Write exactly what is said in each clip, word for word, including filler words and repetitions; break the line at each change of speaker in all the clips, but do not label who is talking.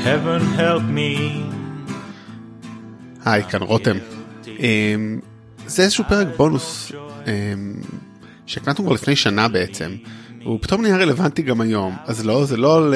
Heaven help me.
היי, כאן רותם. זה איזשהו פרק בונוס שהקלטנו כבר לפני שנה בעצם, הוא פתאום נהיה רלוונטי גם היום. אז לא, זה לא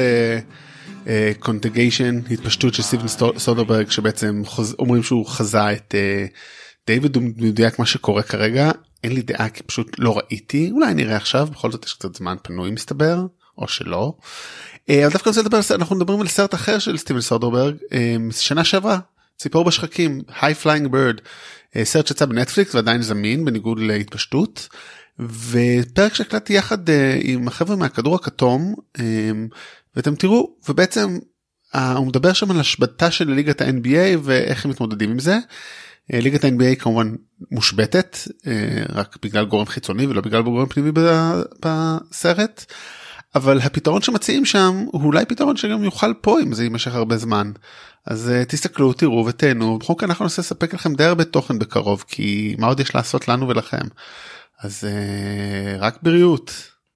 לקונטגיישן, התפשטות של סטיבן סודרברג, שבעצם אומרים שהוא חזה את דיוויד מדויק מה שקורה כרגע. אין לי דעה כי פשוט לא ראיתי, אולי נראה עכשיו, בכל זאת יש קצת זמן פנוי מסתבר, או שלא. אבל דווקא רוצה לדבר, אנחנו מדברים על סרט אחר של סטיבן סודרברג, שנה שעברה, ציפור בשחקים, High Flying Bird, סרט שיצא בנטפליקס ועדיין זמין בניגוד להתפשטות, ופרק שהקלטתי יחד עם החבר'ה מהכדור הכתום, ואתם תראו, ובעצם הוא מדבר שם על השבטה של ליגת ה-אן בי איי ואיך הם מתמודדים עם זה. ליגת ה-אן בי איי כמובן מושבתת, רק בגלל גורם חיצוני ולא בגלל גורם פנימי בסרט, אבל הפתרון שמציעים שם הוא אולי פתרון שגם יוכל פה אם זה יימשך הרבה זמן. אז uh, תסתכלו, תראו ותהנו. בכל כך אנחנו ננסה לספק לכם די הרבה תוכן בקרוב, כי מה עוד יש לעשות לנו ולכם? אז uh, רק בריאות.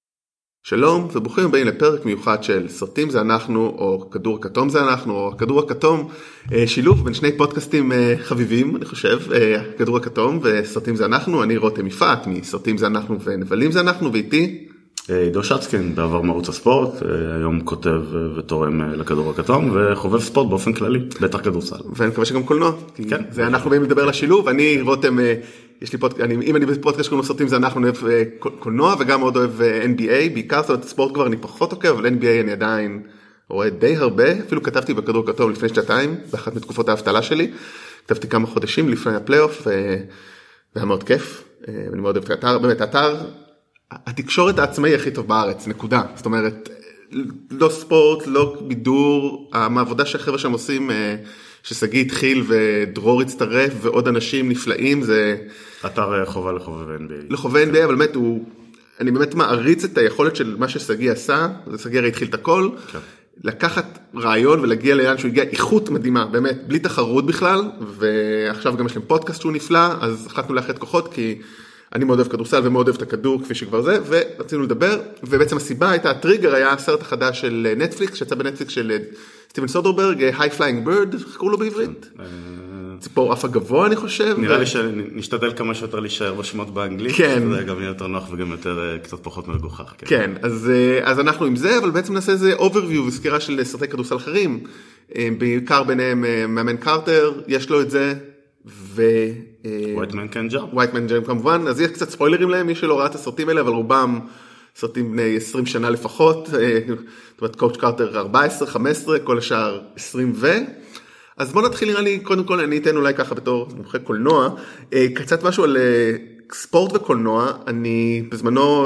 שלום וברוכים הבאים לפרק מיוחד של סרטים זה אנחנו, או כדור הכתום זה אנחנו, או כדור הכתום, uh, שילוב בין שני פודקאסטים uh, חביבים, אני חושב, uh, כדור הכתום וסרטים זה אנחנו. אני רותם יפעת מסרטים זה אנחנו ונבלים זה אנחנו, ואיתי
עידו שצקין, בעבר מערוץ הספורט, היום כותב ותורם לכדור הכתום וחובב ספורט באופן כללי, בטח כדורסל.
ואני מקווה שגם קולנוע, כי כן. זה אנחנו באים לדבר לשילוב. אני רותם, יש לי פודקאסט, אם אני בפודקאסט שקוראים סרטים זה אנחנו אוהב קולנוע, וגם מאוד אוהב אן בי איי, בעיקר זאת אומרת ספורט כבר אני פחות עוקב, אבל אן בי איי אני עדיין רואה די הרבה, אפילו כתבתי בכדור הכתום לפני שנתיים, באחת מתקופות האבטלה שלי, כתבתי כמה חודשים לפני הפלייאוף, והיה מאוד כיף, אני מאוד אוהב את האתר, באמת האתר, התקשורת העצמאי הכי טוב בארץ, נקודה. זאת אומרת, לא ספורט, לא בידור, העבודה שהחבר'ה שם עושים, שסגי התחיל ודרור הצטרף ועוד אנשים נפלאים, זה
אתר חובה לחובב אן בי איי.
לחובב אן בי איי, אבל באמת הוא, אני באמת מעריץ את היכולת של מה שסגי עשה, זה סגי הרי התחיל את הכל, כן. לקחת רעיון ולהגיע ליד שהוא הגיע איכות מדהימה, באמת, בלי תחרות בכלל, ועכשיו גם יש להם פודקאסט שהוא נפלא, אז החלטנו לאחד כוחות, כי אני מאוד אוהב כדורסל ומאוד אוהב את הכדור כפי שכבר זה, ורצינו לדבר, ובעצם הסיבה הייתה, הטריגר היה הסרט החדש של נטפליקס, שיצא בנטפליקס של סטיבן סודרברג, High Flying Bird, איך קראו לו בעברית? ציפור אף הגבוה אני חושב.
נראה לי שנשתדל כמה שיותר להישאר בשמות באנגלית, זה גם יותר נוח וגם יותר קצת פחות מגוחך.
כן, אז אנחנו עם זה, אבל בעצם נעשה איזה overview וסקירה של סרטי כדורסל אחרים, בעיקר ביניהם מאמן קרטר, יש לו את זה, ו
White Man Can Jump.
White Man Jump כמובן, אז יש קצת ספוילרים להם, מי שלא ראה את הסרטים האלה, אבל רובם סרטים בני עשרים שנה לפחות, זאת אומרת קואוץ' קרטר ארבע עשרה, חמש עשרה, כל השאר עשרים ו... אז בוא נתחיל נראה לי, קודם כל אני אתן אולי ככה בתור מומחה קולנוע, קצת משהו על ספורט וקולנוע. אני בזמנו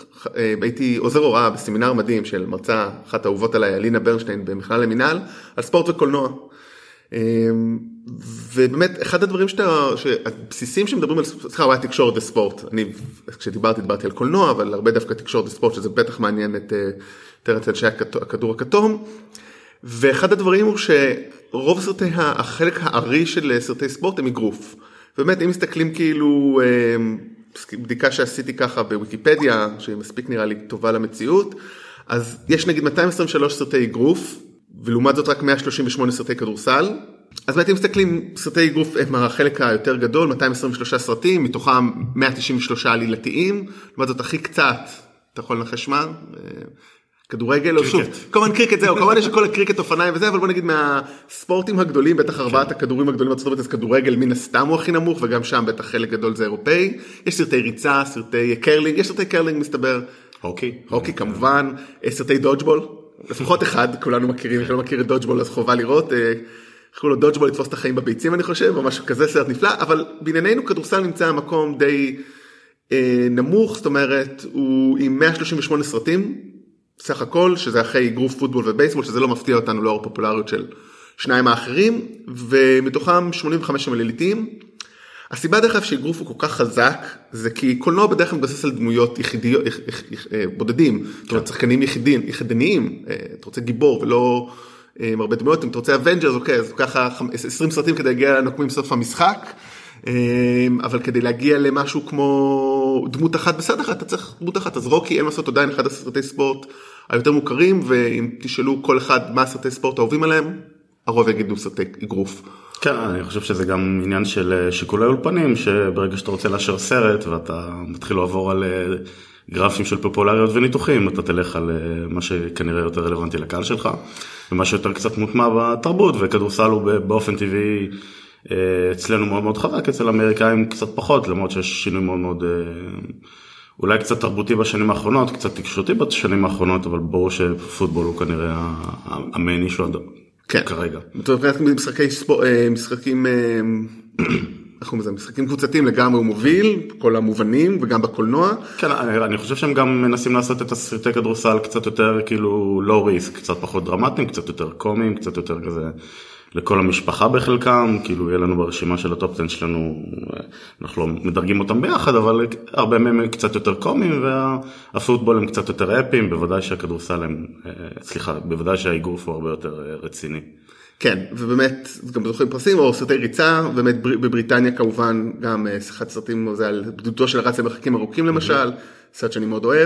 הייתי עוזר הוראה בסמינר מדהים של מרצה אחת האהובות עליי, אלינה ברנשטיין במכללה למינהל, על ספורט וקולנוע. ובאמת אחד הדברים שאתה, הבסיסים שמדברים על, סליחה, הוא היה תקשורת וספורט, אני כשדיברתי דיברתי על קולנוע, אבל הרבה דווקא תקשורת וספורט, שזה בטח מעניין את תרת אנשי הכדור הכתום, ואחד הדברים הוא שרוב סרטי, החלק הארי של סרטי ספורט הם אגרוף, באמת אם מסתכלים כאילו, בדיקה שעשיתי ככה בוויקיפדיה, שהיא מספיק נראה לי טובה למציאות, אז יש נגיד מאתיים עשרים ושלושה סרטי אגרוף, ולעומת זאת רק מאה שלושים ושמונה סרטי כדורסל. אז באמת אם מסתכלים, סרטי אגרוף הם החלק היותר גדול, מאתיים עשרים ושלושה סרטים, מתוכם מאה תשעים ושלושה עלילתיים, לעומת זאת הכי קצת, אתה יכול לנחש מה? כדורגל או שוב, כמובן קריקט זהו, כמובן יש כל הקריקט אופניים וזה, אבל בוא נגיד מהספורטים הגדולים, בטח ארבעת הכדורים הגדולים בארצות הברית, אז כדורגל מן הסתם הוא הכי נמוך, וגם שם בטח חלק גדול זה אירופאי. יש סרטי ריצה, סרטי קרלינג, יש סרטי קרלינג מסתבר,
הוקי,
הוקי כמובן, סרטי דודג'בול, לפחות אחד, כולנו מכירים, מי שלא מכיר את דודג'בול אז חובה לראות, איך לו דודג'בול לתפוס את החיים בביצים אני חושב, או משהו כזה, סרט נפלא, אבל בענייננו כדורסל נמצא מקום די אה, נמוך, זאת אומרת, הוא עם מאה שלושים ושמונה סרטים, סך הכל, שזה אחרי אגרוף פוטבול ובייסבול, שזה לא מפתיע אותנו לאור הפופולריות של שניים האחרים, ומתוכם שמונים וחמש עלילתיים. הסיבה דרך אגב שאגרוף הוא כל כך חזק, זה כי קולנוע בדרך כלל מתבסס על דמויות יחידיות, בודדים, זאת אומרת, שחקנים יחידים, יחידניים, אתה רוצה גיבור ולא הרבה דמויות, אם אתה רוצה אבנג'רס, אוקיי, אז ככה עשרים סרטים כדי להגיע לנוקמים סוף המשחק, אבל כדי להגיע למשהו כמו דמות אחת בסרט אחת, אתה צריך דמות אחת, אז רוקי אין לעשות עדיין אחד הסרטי ספורט היותר מוכרים, ואם תשאלו כל אחד מה הסרטי ספורט האהובים עליהם, הרוב יגידו סרטי אגרוף.
כן, אני חושב שזה גם עניין של שיקולי אולפנים, שברגע שאתה רוצה לאשר סרט ואתה מתחיל לעבור על גרפים של פופולריות וניתוחים, אתה תלך על מה שכנראה יותר רלוונטי לקהל שלך, ומה שיותר קצת מוטמע בתרבות, וכדורסל הוא באופן טבעי אצלנו מאוד מאוד חזק, אצל האמריקאים קצת פחות, למרות שיש שינוי מאוד מאוד, אולי קצת תרבותי בשנים האחרונות, קצת תקשורתי בשנים האחרונות, אבל ברור שפוטבול הוא כנראה המיין אישו כרגע.
משחקי משחקים, איך קוראים לזה? משחקים קבוצתיים לגמרי הוא מוביל, כל המובנים וגם בקולנוע.
כן, אני חושב שהם גם מנסים לעשות את הסרטי כדורסל קצת יותר כאילו low risk, קצת פחות דרמטיים, קצת יותר קומיים, קצת יותר כזה לכל המשפחה בחלקם, כאילו יהיה לנו ברשימה של הטופ עשר שלנו, אנחנו לא מדרגים אותם ביחד, אבל הרבה מהם קצת יותר קומיים, והפוטבול הם קצת יותר אפיים, בוודאי שהכדורסל הם, סליחה, בוודאי שהאיגרוף הוא הרבה יותר רציני.
כן, ובאמת, גם זוכים פרסים, או סרטי ריצה, באמת בבריטניה כמובן, גם שיחת סרטים, זה על בדותו של הרץ למרחקים ארוכים למשל, סרט שאני מאוד אוהב,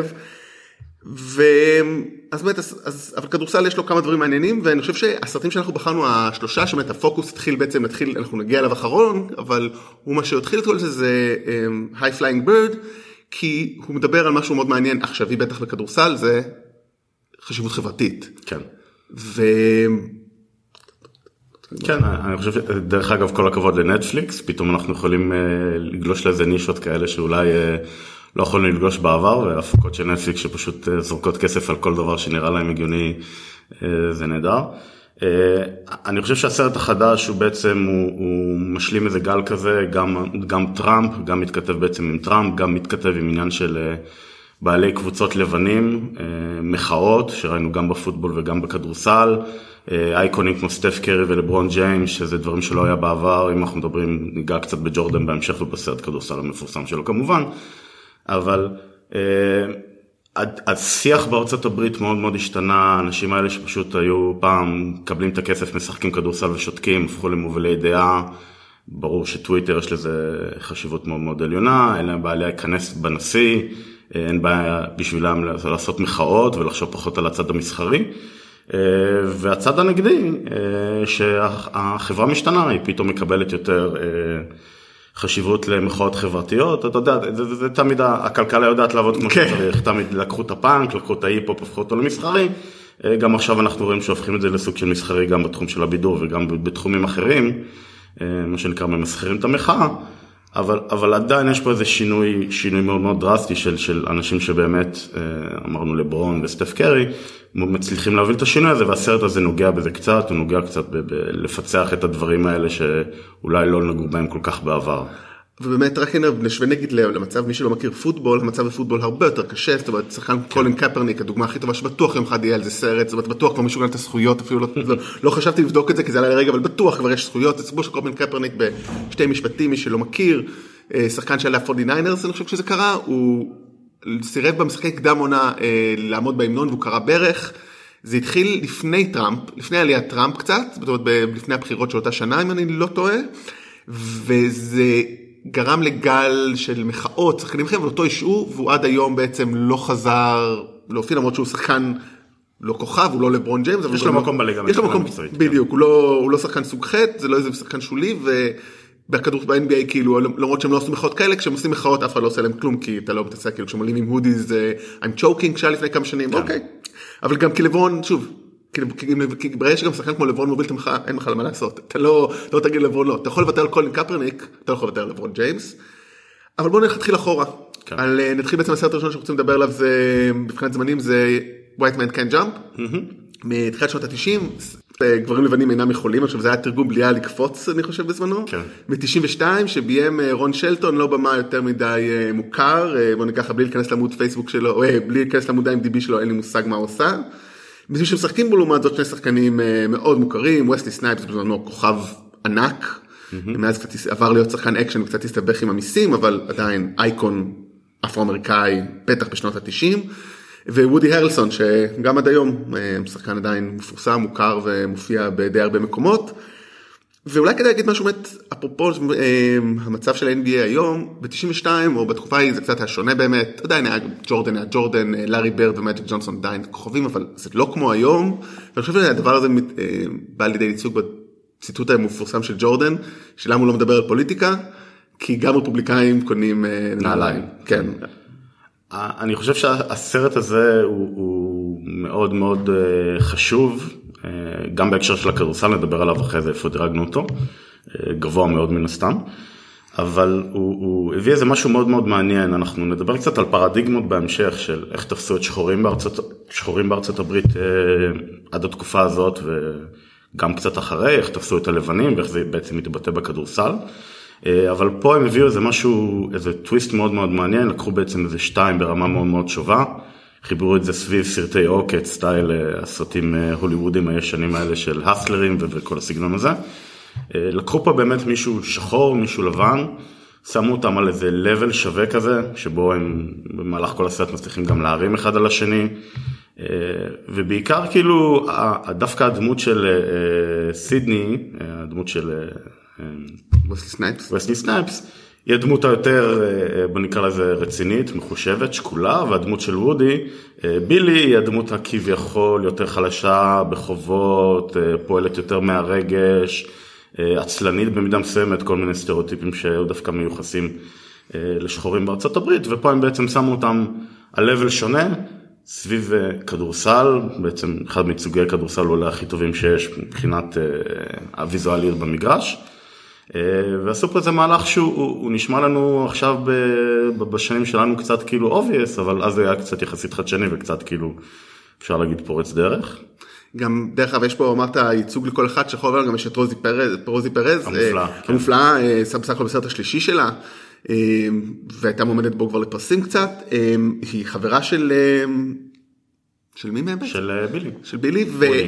ואז באמת, אז, אז, אבל כדורסל יש לו כמה דברים מעניינים, ואני חושב שהסרטים שאנחנו בחרנו, השלושה, שבאמת הפוקוס התחיל בעצם, נתחיל, אנחנו נגיע אליו אחרון, אבל הוא מה שהתחיל את כל זה, זה um, High Flying Bird, כי הוא מדבר על משהו מאוד מעניין, עכשווי בטח בכדורסל, זה חשיבות חברתית.
כן.
ו...
כן, אני חושב שדרך אגב כל הכבוד לנטפליקס, פתאום אנחנו יכולים לגלוש לאיזה נישות כאלה שאולי לא יכולנו לגלוש בעבר, והפקות של נטפליקס שפשוט זורקות כסף על כל דבר שנראה להם הגיוני, זה נהדר. אני חושב שהסרט החדש הוא בעצם, הוא, הוא משלים איזה גל כזה, גם, גם טראמפ, גם מתכתב בעצם עם טראמפ, גם מתכתב עם עניין של בעלי קבוצות לבנים, מחאות, שראינו גם בפוטבול וגם בכדורסל, אייקונים כמו סטף קרי ולברון ג'יימס, שזה דברים שלא היה בעבר, אם אנחנו מדברים, ניגע קצת בג'ורדן בהמשך ובסרט כדורסל המפורסם שלו כמובן, אבל השיח בארצות הברית מאוד מאוד השתנה, האנשים האלה שפשוט היו פעם קבלים את הכסף, משחקים כדורסל ושותקים, הפכו למובילי דעה, ברור שטוויטר יש לזה חשיבות מאוד מאוד עליונה, אין להם בעיה להיכנס בנשיא, אין בעיה בשבילם לעשות מחאות ולחשוב פחות על הצד המסחרי, והצד הנגדי, שהחברה משתנה, היא פתאום מקבלת יותר חשיבות למחאות חברתיות, אתה יודע, זה, זה תמיד הכלכלה יודעת לעבוד כמו שצריך, תמיד לקחו את הפאנק, לקחו את ההיפ-הופ, הפכו אותו למסחרי, גם עכשיו אנחנו רואים שהופכים את זה לסוג של מסחרי, גם בתחום של הבידור וגם בתחומים אחרים, מה שנקרא ממסחרים את המחאה, אבל, אבל עדיין יש פה איזה שינוי, שינוי מאוד מאוד דרסטי של, של אנשים שבאמת, אמרנו לברון וסטף קרי, מצליחים להוביל את השינוי הזה, והסרט הזה נוגע בזה קצת, הוא נוגע קצת ב- ב- לפצח את הדברים האלה שאולי לא נגעו בהם כל כך בעבר.
ובאמת רק נשווה נגיד למצב, מי שלא מכיר פוטבול, המצב בפוטבול הרבה יותר קשה, זאת אומרת, שחקן קולין קפרניק, הדוגמה הכי טובה שבטוח יום אחד יהיה על זה סרט, זאת אומרת, בטוח כבר מישהו גן את הזכויות, אפילו לא, לא, לא חשבתי לבדוק את זה, כי זה עלה לרגע, אבל בטוח כבר יש זכויות, זה סיפור של קולין קפרניק בשתי משפטים, מי שלא מכיר, שחקן שעלה פורטי ניינרס, אני חושב כשזה קרה, הוא סירב במשחקי קדם עונה לעמוד בהמנון, והוא קרא ברך. זה התחיל לפני טראמפ, לפני עליית טראמפ קצת, זאת אומרת, לפני הבחירות של אותה שנה, אם אני לא טועה, וזה גרם לגל של מחאות, שחקנים אחרים, ואותו השעו, והוא עד היום בעצם לא חזר להופיע, למרות שהוא שחקן לא כוכב, הוא לא לברון ג'יימס.
יש לו מקום בליגה.
יש לו מקום, בדיוק, הוא לא, הוא לא שחקן סוג ח', זה לא איזה שחקן שולי, ובכדור ב-אן בי איי, כאילו, למרות שהם לא עושים מחאות כאלה, כשהם עושים מחאות, אף אחד לא עושה להם כלום, כי אתה לא מתעסק, כאילו, כשהם עולים עם הודיז, I'm choking, שהיה לפני כמה שנים, אוקיי. אבל גם כי לברון, שוב, כי ברגע שגם שחקן כמו לברון מוביל את המחאה, אין בכלל מה לעשות. אתה לא, לא תגיד לברון, לא. אתה יכול לוותר על קולין קפרניק, אתה לא יכול לוותר על לברון ג'יימס. אבל בואו נתחיל אחורה. על, נתחיל בעצם הסרט הראשון שאנחנו רוצים לדבר עליו, זה, מבחינת זמנים, זה White Man Can't Jump. מתחילת שנות ה-תשעים, גברים לבנים אינם יכולים, עכשיו זה היה תרגום בלי היה לקפוץ, אני חושב, בזמנו. מ-תשעים ושתיים, שביים רון שלטון, לא במה יותר מדי מוכר, בואו ניקח, בלי להיכנס לעמוד פייסבוק שלו, או בלי להיכנס לעמוד ה-אם די בי שלו, אין לי מושג מה הוא עושה. בשביל שמשחקים בו לעומת זאת שני שחקנים מאוד מוכרים, וסלי סנייפס, בזמנו כוכב ענק, מאז קצת עבר להיות שחקן אקשן וקצת הסתבך עם המיסים, אבל עדיין אייקון אפרו-אמריקאי, בטח בשנות ה-תשעים, ווודי הרלסון, שגם עד היום שחקן עדיין מפורסם, מוכר ומופיע בדי הרבה מקומות, ואולי כדאי להגיד משהו באמת, אפרופו המצב של ה-אן בי איי היום, ב-תשעים ושתיים, או בתקופה ההיא זה קצת היה שונה באמת, עדיין היה ג'ורדן, היה ג'ורדן, לארי ברד ומג'יק ג'ונסון עדיין כוכבים, אבל זה לא כמו היום, ואני חושב שהדבר הזה בא לידי ייצוג בציטוט המפורסם של ג'ורדן, שלמה הוא לא מדבר על פוליטיקה, כי גם רפובליקאים קונים נעליים. כן.
אני חושב שהסרט הזה הוא מאוד מאוד חשוב, גם בהקשר של הכדורסל, נדבר עליו אחרי זה איפה דירגנו אותו, גבוה מאוד מן הסתם, אבל הוא, הוא הביא איזה משהו מאוד מאוד מעניין. אנחנו נדבר קצת על פרדיגמות בהמשך של איך תפסו את שחורים בארצות, שחורים בארצות הברית עד התקופה הזאת, וגם קצת אחרי, איך תפסו את הלבנים ואיך זה בעצם מתבטא בכדורסל. אבל פה הם הביאו איזה משהו, איזה טוויסט מאוד מאוד מעניין, לקחו בעצם איזה שתיים ברמה מאוד מאוד שובה, חיברו את זה סביב סרטי עוקץ, סטייל הסרטים הוליוודים הישנים האלה של הסלרים וכל הסגנון הזה. לקחו פה באמת מישהו שחור, מישהו לבן, שמו אותם על איזה לבל שווה כזה, שבו הם במהלך כל הסרט מצליחים גם להרים אחד על השני, ובעיקר כאילו דווקא הדמות של סידני, הדמות של
וסלי סנייפס,
וסלי סנייפס, היא הדמות היותר, בוא נקרא לזה רצינית, מחושבת, שקולה, והדמות של וודי, בילי, היא הדמות הכביכול יותר חלשה, בחובות, פועלת יותר מהרגש, עצלנית במידה מסוימת, כל מיני סטריאוטיפים שהיו דווקא מיוחסים לשחורים בארצות הברית, ופה הם בעצם שמו אותם על לבל שונה, סביב כדורסל, בעצם אחד מצוגי הכדורסל אולי הכי טובים שיש מבחינת הוויזואליות במגרש, ועשו פה איזה מהלך שהוא נשמע לנו עכשיו בשנים שלנו קצת כאילו obvious, אבל אז היה קצת יחסית חדשני וקצת כאילו אפשר להגיד פורץ דרך.
גם דרך אגב יש פה אמרת ייצוג לכל אחד שחור, גם יש את רוזי פרז, רוזי פרז המופלאה, בסך הכל בסרט השלישי שלה, והייתה מועמדת בו כבר לפרסים קצת, היא חברה של של מי מהם?
של בילי.
של בילי,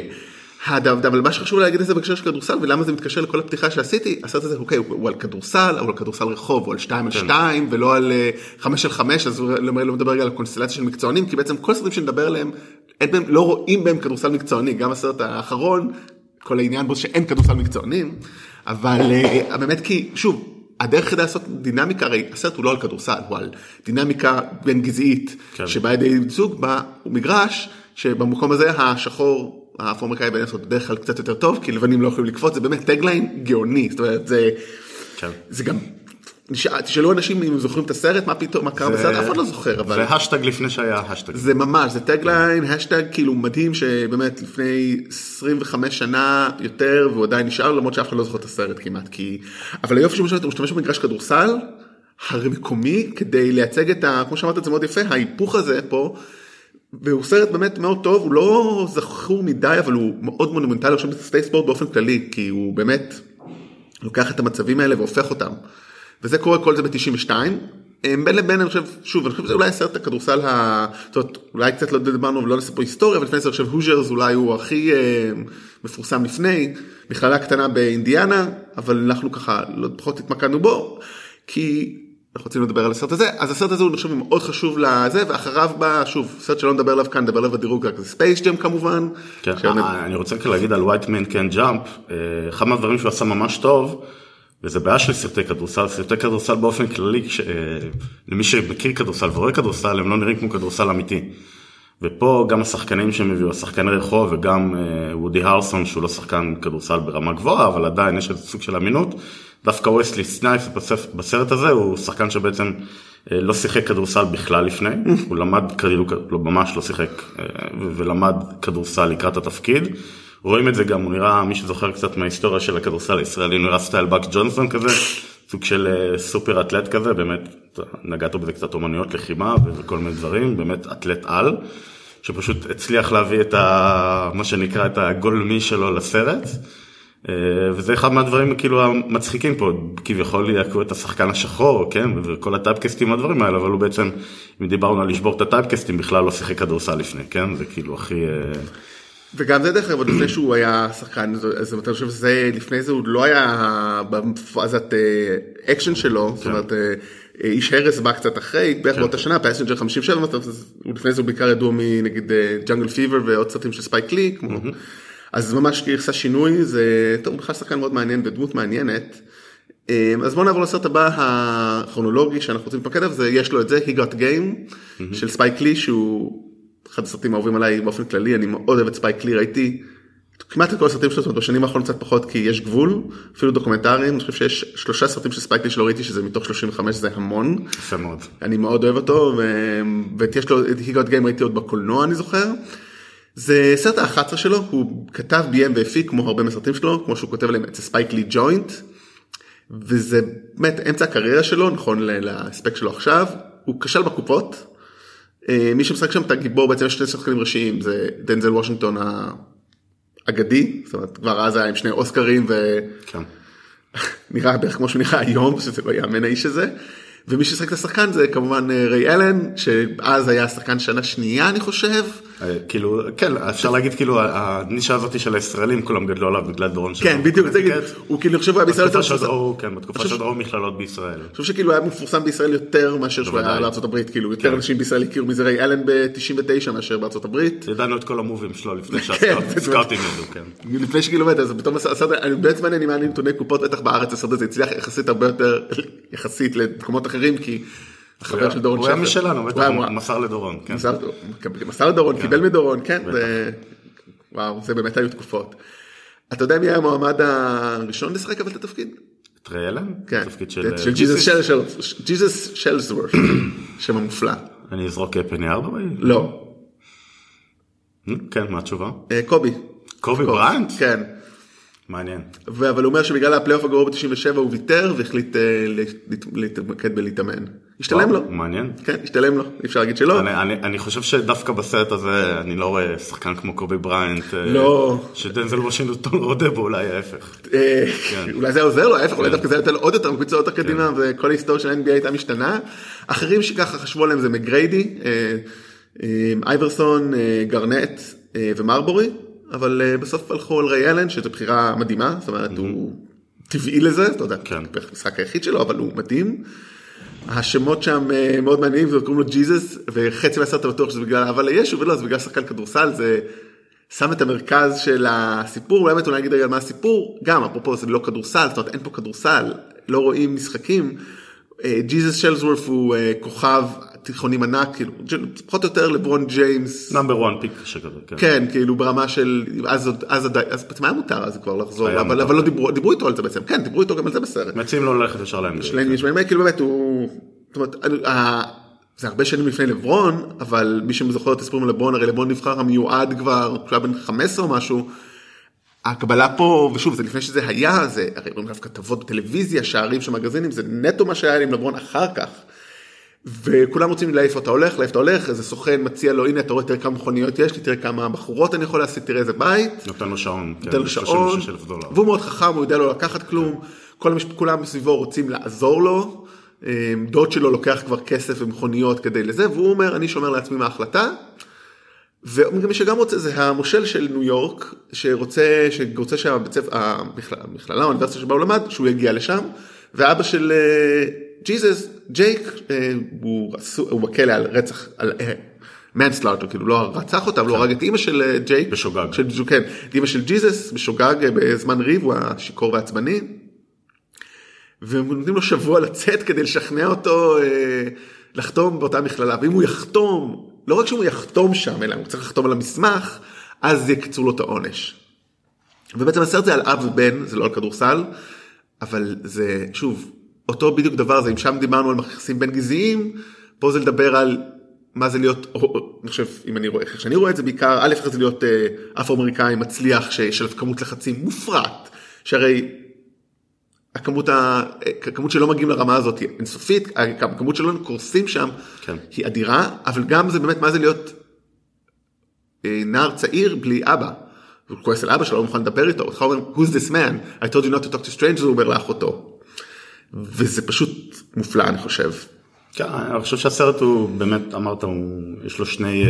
אבל מה שחשוב להגיד את זה בקשר של כדורסל, ולמה זה מתקשר לכל הפתיחה שעשיתי, הסרט הזה הוא על כדורסל, אבל על כדורסל רחוב, הוא על שתיים על שתיים, ולא על חמש על חמש, אז לא מדבר רגע על קונסטלציה של מקצוענים, כי בעצם כל הסרטים שנדבר עליהם, לא רואים בהם כדורסל מקצועני, גם הסרט האחרון, כל העניין בו שאין כדורסל מקצוענים, אבל באמת כי, שוב, הדרך כדי לעשות דינמיקה, הרי הסרט הוא לא על כדורסל, הוא על דינמיקה בין גזעית, שבא ידי ייצוג בה, הוא מגרש, שבמקום הזה השחור, האפרו-אמריקאי בין לעשות בדרך כלל קצת יותר טוב, כי לבנים לא יכולים לקפוץ, זה באמת טגליין גאוני, זאת אומרת, זה, זה גם, תשאלו אנשים אם הם זוכרים את הסרט, מה פתאום, מה קרה בסרט, אף אחד לא זוכר, אבל...
זה השטג לפני שהיה השטג.
זה ממש, זה טגליין, השטג כאילו מדהים, שבאמת לפני עשרים וחמש שנה יותר, והוא עדיין נשאר, למרות שאף אחד לא זוכר את הסרט כמעט, כי... אבל היופי שמשתמש, הוא משתמש במגרש כדורסל, המקומי, כדי לייצג את ה... כמו שאמרת את זה מאוד יפה, ההיפוך הזה פה, והוא סרט באמת מאוד טוב, הוא לא זכור מדי, אבל הוא מאוד מונומנטלי, עכשיו בסטייט ספורט באופן כללי, כי הוא באמת לוקח את המצבים האלה והופך אותם. וזה קורה כל זה ב-תשעים ושתיים. בין לבין, אני חושב, שוב, אני חושב שזה אולי סרט הכדורסל, זאת אומרת, אולי קצת לא דיברנו ולא נספר היסטוריה, אבל לפני זה אני חושב, הוז'רס אולי הוא הכי מפורסם לפני, מכללה קטנה באינדיאנה, אבל אנחנו ככה לא פחות התמקדנו בו, כי... אנחנו רוצים לדבר על הסרט הזה, אז הסרט הזה הוא נחשב מאוד חשוב לזה, ואחריו בא, שוב, סרט שלא נדבר עליו כאן, נדבר עליו בדירוג, זה ספייס ג'ם כמובן.
כן, אני רוצה להגיד על White Man Can't Jump, אחד מהדברים שהוא עשה ממש טוב, וזה בעיה של סרטי כדורסל, סרטי כדורסל באופן כללי, למי שמכיר כדורסל ורואה כדורסל, הם לא נראים כמו כדורסל אמיתי. ופה גם השחקנים שהם הביאו, השחקני רחוב, וגם וודי הרסון, שהוא לא שחקן כדורסל ברמה גבוהה, אבל עדיין יש איזה סוג של אמינות, דווקא וסלי סנייפס בסרט הזה הוא שחקן שבעצם לא שיחק כדורסל בכלל לפני, הוא למד, לא ממש לא שיחק ולמד כדורסל לקראת התפקיד, רואים את זה גם, הוא נראה, מי שזוכר קצת מההיסטוריה של הכדורסל הישראלי, הוא נראה סטייל בק ג'ונסון כזה, סוג של סופר אתלט כזה, באמת נגעת בזה קצת אומנויות לחימה וכל מיני דברים, באמת אתלט על, שפשוט הצליח להביא את ה, מה שנקרא את הגולמי שלו לסרט, וזה אחד מהדברים כאילו המצחיקים פה, כביכול יקרו את השחקן השחור, כן, וכל הטייפקסטים הדברים האלה, אבל הוא בעצם, אם דיברנו על לשבור את הטייפקסטים, בכלל לא שיחק כדורסל לפני, כן, זה כאילו הכי...
וגם זה דרך אגב, לפני שהוא היה שחקן, אז אתה חושב שזה, לפני זה הוא לא היה בפאזת אקשן שלו, זאת אומרת, איש הרס בא קצת אחרי, בערך באותה שנה, פסנג'ר חמישים ושבע, לפני זה הוא בעיקר ידוע מנגיד ג'אנגל פיבר ועוד סרטים של ספייק לי, כמו... אז ממש גרסה שינוי, זה טוב, בכלל שחקן מאוד מעניין ודמות מעניינת. אז בואו נעבור לסרט הבא הכרונולוגי שאנחנו רוצים לפקד עליו, זה יש לו את זה, He Got Game, mm-hmm. של ספייק לי, שהוא אחד הסרטים האהובים עליי באופן כללי, אני מאוד אוהב את ספייק לי, ראיתי כמעט את כל הסרטים שלו, בשנים האחרונות קצת פחות, כי יש גבול, אפילו דוקומנטריים, אני חושב שיש שלושה סרטים של ספייק לי שלא ראיתי, שזה מתוך שלושים וחמש, זה המון.
יפה מאוד.
אני מאוד אוהב אותו, ויש לו את He Got Game, ראיתי עוד בקולנוע, אני זוכר. זה סרט ה-אחת עשרה שלו, הוא כתב, ביים והפיק, כמו הרבה מסרטים שלו, כמו שהוא כותב עליהם, את ספייק לי ג'וינט, וזה באמת אמצע הקריירה שלו, נכון להספק שלו עכשיו, הוא כשל בקופות, מי שמשחק שם את הגיבור, בעצם יש שני שחקנים ראשיים, זה דנזל וושינגטון האגדי, זאת אומרת, כבר אז היה עם שני אוסקרים, ונראה בערך כמו שהוא נראה היום, שזה לא יאמן האיש הזה, ומי ששחק את השחקן זה כמובן ריי אלן, שאז היה שחקן שנה שנייה אני חושב.
כאילו, כן, אפשר להגיד כאילו, הנישה הזאת של הישראלים, כולם גדלו עליו בגלל דורון שלו.
כן, בדיוק, הוא כאילו חושב שהוא היה בישראל יותר
מפורסם. כן, בתקופה של דרום מכללות בישראל.
אני חושב שכאילו היה מפורסם בישראל יותר מאשר שהוא היה בארצות הברית, כאילו יותר אנשים בישראל הכירו מזה ריי אלן ב-תשעים ותשע מאשר בארצות הברית.
ידענו את כל המובים שלו לפני שהסקאוטים ידעו, כן.
לפני שקילומטר, אז פתאום הסרט, בעצם אני מעניין נתוני קופות בטח בארץ, הסרט הזה הצליח יחסית הרבה יותר, יחסית למקומות אחרים, כי החבר של דורון
שפר. הוא היה משלנו, מסר לדורון.
מסר לדורון, קיבל מדורון, כן. וואו, זה באמת היו תקופות. אתה יודע מי היה המועמד הראשון לשחק אבל את התפקיד?
את ריי אלן?
כן. של ג'יזוס שלסוורת', שם המופלא.
אני אזרוק פני ארבע?
לא.
כן, מה התשובה?
קובי.
קובי בריינט?
כן.
מעניין.
אבל הוא אומר שבגלל הפלייאוף הגרוע ב-תשעים ושבע הוא ויתר והחליט להתמקד בלהתאמן. השתלם לו.
מעניין.
כן, השתלם לו. אי אפשר להגיד שלא.
אני חושב שדווקא בסרט הזה אני לא רואה שחקן כמו קובי בריינט.
לא.
שדנזל וושינגטון רודה בו, אולי ההפך.
אולי זה עוזר לו, ההפך, אולי דווקא זה יותר עוד יותר מקפיץ יותר קדימה, וכל ההיסטוריה של ה-אן בי איי הייתה משתנה. אחרים שככה חשבו עליהם זה מגריידי, אייברסון, גרנט ומרבורי. אבל בסוף הלכו על ריי אלן, שזו בחירה מדהימה, זאת אומרת, הוא טבעי לזה, אתה יודע, המשחק היחיד שלו, אבל הוא מדהים. השמות שם מאוד מעניינים, וקוראים לו ג'יזוס, וחצי מהסרט הבטוח שזה בגלל אהבה לישו, ולא, זה בגלל שחקן כדורסל, זה שם את המרכז של הסיפור, אולי באמת אולי נגיד רגע מה הסיפור, גם, אפרופו זה לא כדורסל, זאת אומרת, אין פה כדורסל, לא רואים משחקים, ג'יזוס שלסוורת' הוא כוכב תיכונים ענק, כאילו, פחות או יותר לברון ג'יימס.
נאמבר וואן פיק שכזה, כן.
כן, כאילו ברמה של, אז עוד, אז עדיין, אז בעצם היה מותר, אז כבר לחזור, אבל, אבל לא דיברו, דיברו איתו על זה בעצם, כן, דיברו איתו גם על זה בסרט.
מציעים לו ללכת ישר להם.
יש להם, כאילו באמת, הוא, זאת אומרת, זה הרבה שנים לפני לברון, אבל מי שמזוכר את הסיפורים על לברון, הרי לברון נבחר המיועד כבר, כשהיה בן חמש עשרה או משהו, הקבלה פה, ושוב, זה לפני שזה היה, זה, הרי רואים דווקא כתבות בטלוויזיה, שערים של מגזינים, זה נטו מה שהיה עם לברון אחר כך. וכולם רוצים להעיף אותה הולך, להעיף אותה הולך, איזה סוכן מציע לו, הנה, אתה רואה, תראה כמה מכוניות יש לי, תראה כמה בחורות אני יכול לעשות, תראה איזה בית.
נותן לו שעון.
נותן לו שעון, והוא מאוד חכם, הוא יודע לו לקחת כלום, כולם מסביבו רוצים לעזור לו, דוד שלו לוקח כבר כסף ומכוניות כדי לזה, והוא אומר, אני שומר לעצמי מההחלטה, וגם שגם רוצה, זה המושל של ניו יורק, שרוצה, שרוצה שהמכללה, האוניברסיטה שבה הוא למד, שהוא יגיע לשם, ואבא של ג'יזוס, ג'ייק, הוא בכלא על רצח, על מנסלארטר, כאילו לא רצח אותה, אבל הוא הרג את אמא של ג'ייק.
בשוגג.
כן, אמא של ג'יזוס, בשוגג בזמן ריב, הוא השיקור והעצבני, והם נותנים לו שבוע לצאת כדי לשכנע אותו לחתום באותה מכללה, ואם הוא יחתום, לא רק שהוא יחתום שם, אלא הוא צריך לחתום על המסמך, אז יקצרו לו את העונש. ובעצם הסרט זה על אב ובן, זה לא על כדורסל, אבל זה, שוב, אותו בדיוק דבר, זה אם שם דיברנו על מכסים בין גזעיים, פה זה לדבר על מה זה להיות, אני חושב, אם אני רואה, איך שאני רואה את זה בעיקר, א' איך זה להיות אפרו-אמריקאי מצליח, שיש עליו כמות לחצים מופרט, שהרי הכמות, ה... הכמות שלא מגיעים לרמה הזאת היא אינסופית, הכמות שלא קורסים שם
כן.
היא אדירה, אבל גם זה באמת מה זה להיות נער צעיר בלי אבא. הוא כועס על אבא שלו, הוא מוכן לדבר איתו, הוא אומר, who's this man? I told you not to talk to strangers, הוא אומר לאחותו. וזה פשוט מופלא, אני חושב.
כן, אני חושב שהסרט הוא באמת, אמרת, הוא, יש לו שני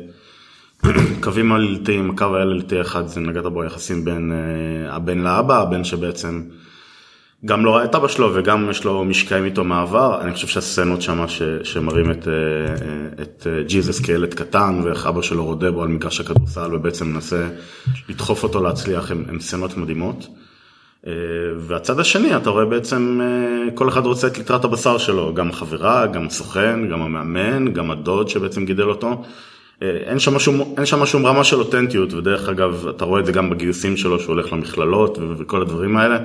קווים עלילתיים, הקו העלילתי אחד זה נגעת בו יחסים בין הבן לאבא, הבן שבעצם גם לא ראה את אבא שלו וגם יש לו משקעים איתו מעבר. אני חושב שהסצנות שמה ש, שמראים את, את ג'יזוס כילד קטן ואיך אבא שלו רודה בו על מגרש הכדורסל ובעצם מנסה לדחוף אותו להצליח, הם, הם סצנות מדהימות. והצד השני אתה רואה בעצם כל אחד רוצה את ליטרת הבשר שלו, גם החברה, גם הסוכן, גם המאמן, גם הדוד שבעצם גידל אותו. אין שם שום, אין שם שום רמה של אותנטיות, ודרך אגב אתה רואה את זה גם בגיוסים שלו שהוא הולך למכללות וכל הדברים האלה.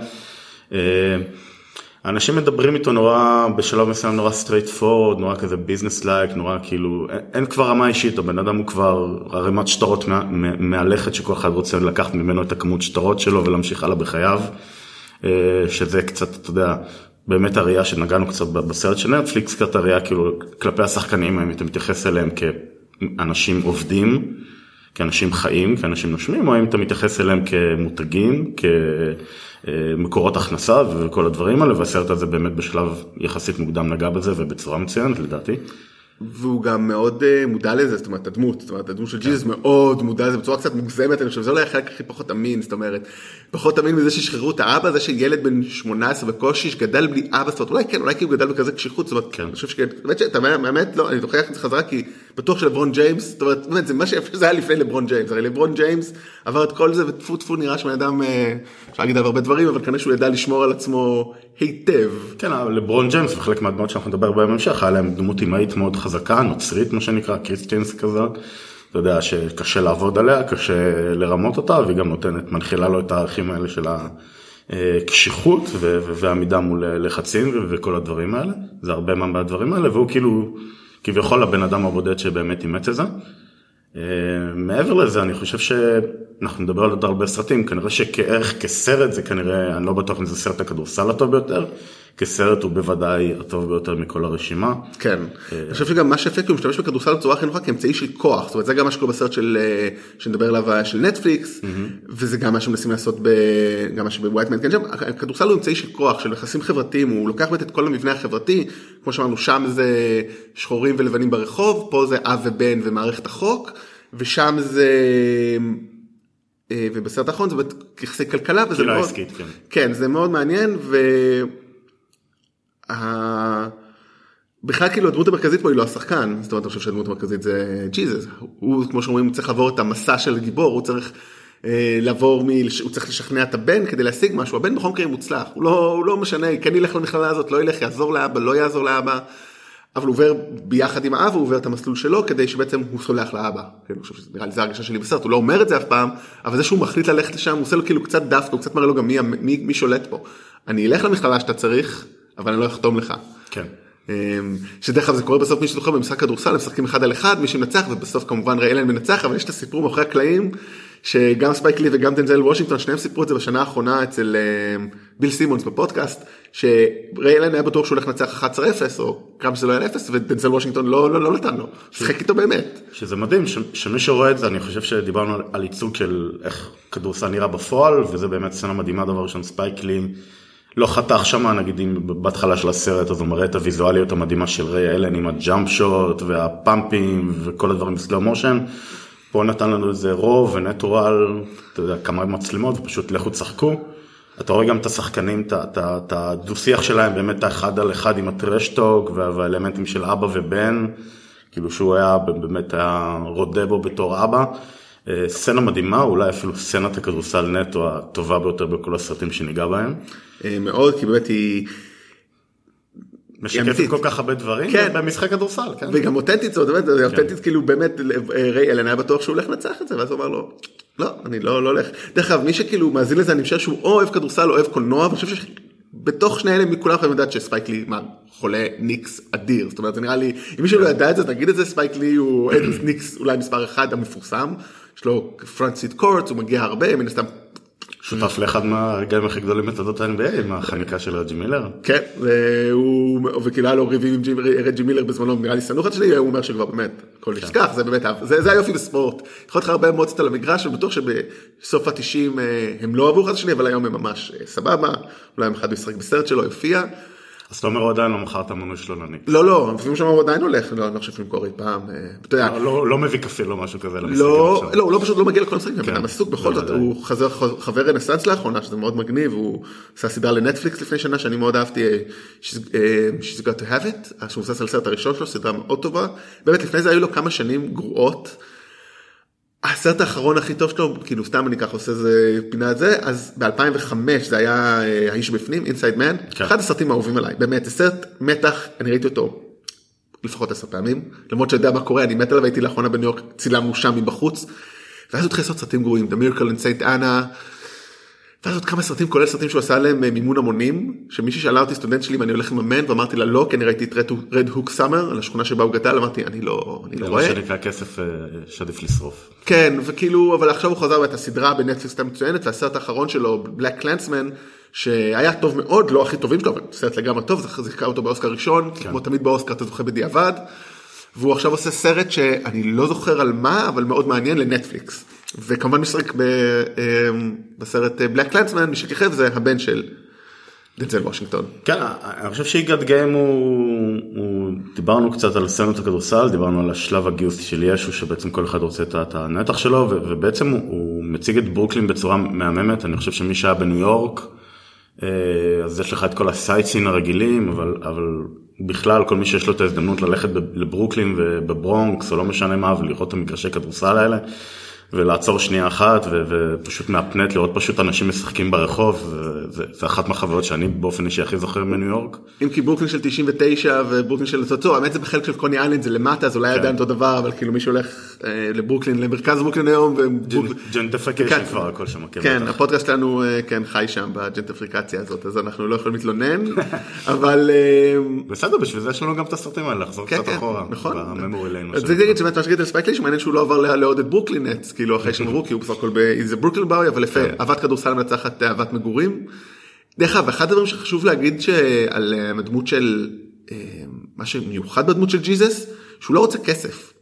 אנשים מדברים איתו נורא, בשלב מסוים נורא straight forward, נורא כזה business like, נורא כאילו, אין כבר רמה אישית, הבן אדם הוא כבר הרמת שטרות מהלכת שכל אחד רוצה לקחת ממנו את הכמות שטרות שלו ולהמשיך הלאה בחייו, שזה קצת, אתה יודע, באמת הראייה שנגענו קצת בסרט של נטפליקס, קצת הראייה כאילו כלפי השחקנים, אם אתה מתייחס אליהם כאנשים עובדים, כאנשים חיים, כאנשים נושמים, או אם אתה מתייחס אליהם כמותגים, כמקורות הכנסה וכל הדברים האלה, והסרט הזה באמת בשלב יחסית מוקדם נגע בזה ובצורה מצוינת לדעתי.
והוא גם מאוד מודע לזה, זאת אומרת, הדמות, זאת אומרת, הדמות של ג'יזוס מאוד מודע לזה, בצורה קצת מוגזמת, אני חושב, זה אולי החלק הכי פחות אמין, זאת אומרת, פחות אמין מזה ששחררו את האבא, זה שילד בן שמונה עשרה בקושי, שגדל בלי אבא, זאת אומרת, אולי כן, אולי כי הוא גדל בכזה קשיחות, זאת אומרת, אני חושב שאתה באמת לא, אני תוכיח את זה חזרה, כי בטוח שלברון ג'יימס, זאת אומרת, באמת, זה מה שזה היה לפני לברון ג'יימס, הרי לברון ג'יימס עבר את כל זה, וטפו טפו נראה שבן אדם, אפשר להגיד על הרבה דברים, אבל כנראה שהוא ידע לשמור על עצמו היטב. כן, אבל לברון ג'יימס וחלק מהדמות שאנחנו נדבר בהם המשך, היה להם דמות אימהית מאוד חזקה, נוצרית, מה שנקרא, קריסטיאנס כזה. אתה יודע שקשה לעבוד עליה, קשה לרמות אותה, והיא גם נותנת, מנחילה לו את הערכים האלה של הקשיחות והעמידה מול לחצים וכל הדברים האלה. זה הרבה מהדברים האלה, והוא כאילו, כביכול הבן אדם הבודד שבאמת אימץ את זה. מעבר לזה, אני חושב שאנחנו נדבר על עוד הרבה סרטים, כנראה שכערך כסרט זה כנראה, אני לא בטוח אם זה סרט הכדורסל הטוב ביותר, כסרט הוא בוודאי הטוב ביותר מכל הרשימה. כן, אני חושב שגם מה שאפקט הוא משתמש בכדורסל בצורה הכי נוחה כאמצעי של כוח, זאת אומרת זה גם מה שקורה בסרט שנדבר עליו של נטפליקס, וזה גם מה שמנסים לעשות גם מה שבווייטמן, הכדורסל הוא אמצעי של כוח, של יחסים חברתיים, הוא לוקח באמת את כל המבנה החברתי, כמו שאמרנו שם זה שחורים ולבנים ברחוב, פה זה אב ובן ומערכת החוק, ושם זה... ובסרט האחרון זה יחסי כלכלה, וזה מאוד... כן, זה מאוד מעניין, ו... בכלל כאילו הדמות המרכזית פה היא לא השחקן, זאת אומרת אני חושב שהדמות המרכזית זה ג'יזוס, הוא כמו שאומרים הוא צריך לעבור את המסע של גיבור, הוא צריך לעבור, הוא צריך לשכנע את הבן כדי להשיג משהו, הבן בכל מקרה מוצלח, הוא לא, הוא לא משנה, כן ילך למכללה הזאת, לא ילך, יעזור לאבא, לא יעזור לאבא, אבל הוא עובר ביחד עם האבא, הוא עובר את המסלול שלו כדי שבעצם הוא סולח לאבא, אני חושב שנראה לי זה הרגשה שלי בסרט, הוא לא אומר את זה אף פעם, אבל זה שהוא מחליט ללכת לשם, הוא עושה לו כאילו קצת דווקא, הוא קצת מראה לו גם מי, מי, מי שולט פה, אני אלך למכללה שאתה צריך, אבל אני לא אחתום לך. כן. שדרך כלל זה קורה בסוף מי שזוכר במשחק כדורסל, הם משחקים אחד על אחד, מי שמנצח, ובסוף כמובן ריי אלן מנצח, אבל יש את הסיפור מאחורי הקלעים, שגם ספייק לי וגם דנזל וושינגטון, שניהם סיפרו את זה בשנה האחרונה אצל ביל סימונס בפודקאסט, שריי אלן היה בטוח שהוא הולך לנצח אחת עשרה אפס, או כמה שזה לא היה אפס, ודנזל וושינגטון לא, לא, לא נתן לו, שחק איתו באמת. שזה מדהים, שמי שרואה את זה, אני חושב שדיברנו על ייצוג של איך כדורסל נראה בפועל, וזה באמת סצנה מדהימה, דבר ראשון, ספייק לי לא חתך שמה, נגיד אם בהתחלה של הסרט, אז הוא מראה את הוויזואליות המדהימה של ריי אלן עם הג'אמפ שוט והפאמפים וכל הדברים בסלו מושן. פה נתן לנו איזה רוב ונטורל, אתה יודע, כמה מצלמות, ופשוט לכו תשחקו. אתה רואה גם את השחקנים, את הדו-שיח שלהם, באמת האחד על אחד עם הטרשטוק והאלמנטים של אבא ובן, כאילו שהוא היה, באמת היה רודה בו בתור אבא. סצנה מדהימה, אולי אפילו סצנת הכדורסל נטו הטובה ביותר בכל הסרטים שניגע בהם. מאוד, כי באמת היא... משקפת כל כך הרבה דברים במשחק כדורסל. וגם אותנטית, זאת אומרת, אותנטית כאילו באמת, ריי אלן היה בטוח שהוא הולך לנצח את זה, ואז הוא אמר לו, לא, אני לא הולך. דרך אגב, מי שכאילו מאזין לזה, אני חושב שהוא או אוהב כדורסל או אוהב קולנוע, ואני חושב שבתוך שני אלה מכולם יכולים לדעת שספייק לי, מה, חולה ניקס אדיר. זאת אומרת, זה נראה לי, אם מישהו לא ידע את זה, תגיד את זה, ספייק לי הוא ניקס אולי מספר אחד המפורסם, יש לו פרונט סיט קורט, הוא מגיע הרבה, מן הסתם שותף לאחד מהרגעים הכי גדולים בתולדות ה-אן בי איי, עם החניקה של רג'י מילר. כן, וכאילו היה לו ריבים עם רג'י מילר בזמנו, נראה לי סנוחת שלי, הוא אומר שכבר באמת, הכל נשכח, זה באמת, זה היופי בספורט. יכול להיות לך הרבה אמוציות על המגרש, ובטוח שבסוף ה-תשעים הם לא אהבו אחד שני, אבל היום הם ממש סבבה, אולי הם אחד משחק בסרט שלו, יופיע.
אז אתה אומר, הוא עדיין לא מכר את המנוי שלו לניקס.
לא, לא, לפעמים שם הוא עדיין הולך, לא, אני לא חושב שהוא קורא פעם, אתה יודע.
לא מביא קפה, לא משהו כזה למשחקים.
לא, לא, הוא לא פשוט לא מגיע לכל המשחקים, הבן אדם עסוק בכל זאת, הוא חבר רנסנס לאחרונה, שזה מאוד מגניב, הוא עשה סדרה לנטפליקס לפני שנה, שאני מאוד אהבתי, She's Got to Have It, שהוא עושה על הסרט הראשון שלו, סדרה מאוד טובה, באמת לפני זה היו לו כמה שנים גרועות, הסרט האחרון הכי טוב שלו, כאילו סתם אני ככה עושה איזה פינה את זה, אז ב-אלפיים וחמש זה היה האיש בפנים, Inside Man, אחד הסרטים האהובים עליי, באמת, זה סרט מתח, אני ראיתי אותו לפחות עשר פעמים, למרות שיודע מה קורה, אני מת עליו, הייתי לאחרונה בניו יורק, צילמנו שם מבחוץ, ואז הוא התחיל לעשות סרטים גרועים, The Miracle in Saint Anna, ואז עוד כמה סרטים, כולל סרטים שהוא עשה להם מימון המונים, שמישהי שאלה אותי, סטודנט שלי, ואני הולך לממן, ואמרתי לה לא, כי אני ראיתי את Red Hook Summer, על השכונה שבה הוא גדל, אמרתי, אני לא, אני לא רואה.
זה מה שנקרא כסף שעדיף לשרוף.
כן, וכאילו, אבל עכשיו הוא חזר את הסדרה בנטפליקס הייתה מצוינת, והסרט האחרון שלו, Black Klansman, שהיה טוב מאוד, לא הכי טובים שלו, אבל סרט לגמרי טוב, זה זיכה אותו באוסקר ראשון, כמו תמיד באוסקר אתה זוכה בדיעבד, והוא עכשיו עושה סרט שאני לא זוכר על מה, אבל מאוד מעניין לנטפליקס. וכמובן משחק בסרט בלק קלנסמן, מי שכיכב זה הבן של דנזל וושינגטון.
כן, אני חושב שהיגד גיים הוא, דיברנו קצת על סצנות הכדורסל, דיברנו על השלב הגיוס של ישו, שבעצם כל אחד רוצה את הנתח שלו, ובעצם הוא מציג את ברוקלין בצורה מהממת, אני חושב שמי שהיה בניו יורק, אז יש לך את כל הסייטסין הרגילים, אבל, אבל בכלל כל מי שיש לו את ההזדמנות ללכת לברוקלין ובברונקס, או לא משנה מה, ולראות את המגרשי כדורסל האלה, ולעצור שנייה אחת, ופשוט מהפנט לראות פשוט אנשים משחקים ברחוב, זה אחת מהחוויות שאני באופן אישי הכי זוכר מניו יורק.
אם כי ברוקלין של תשעים ותשע וברוקלין של צוצו, האמת זה בחלק של קוני איילנד, זה למטה, אז אולי עדיין אותו דבר, אבל כאילו מי שהולך לברוקלין, למרכז ברוקלין היום,
ג'נטפריקציה כבר, הכל שם.
כן, הפודקאסט שלנו חי שם בג'נטפריקציה הזאת, אז אנחנו לא יכולים להתלונן, אבל...
בסדר, בשביל זה יש לנו גם את הסרטים האלה, לחזור קצת אחורה, בממורי אלינו.
זה להגיד שבאמת מה שגיד על ספייק לי, שמעניין שהוא לא עבר לעוד את ברוקלין נץ, כאילו אחרי שהם אמרו, כי הוא בסך הכל באיזה ברוקלין באוי, אבל יפה, אהבת כדורסל מנצחת אהבת מגורים. דרך אגב, אחד הדברים שחשוב להגיד על הדמות של, מה שמיוחד בדמות של ג'יזוס, שהוא לא רוצה כסף.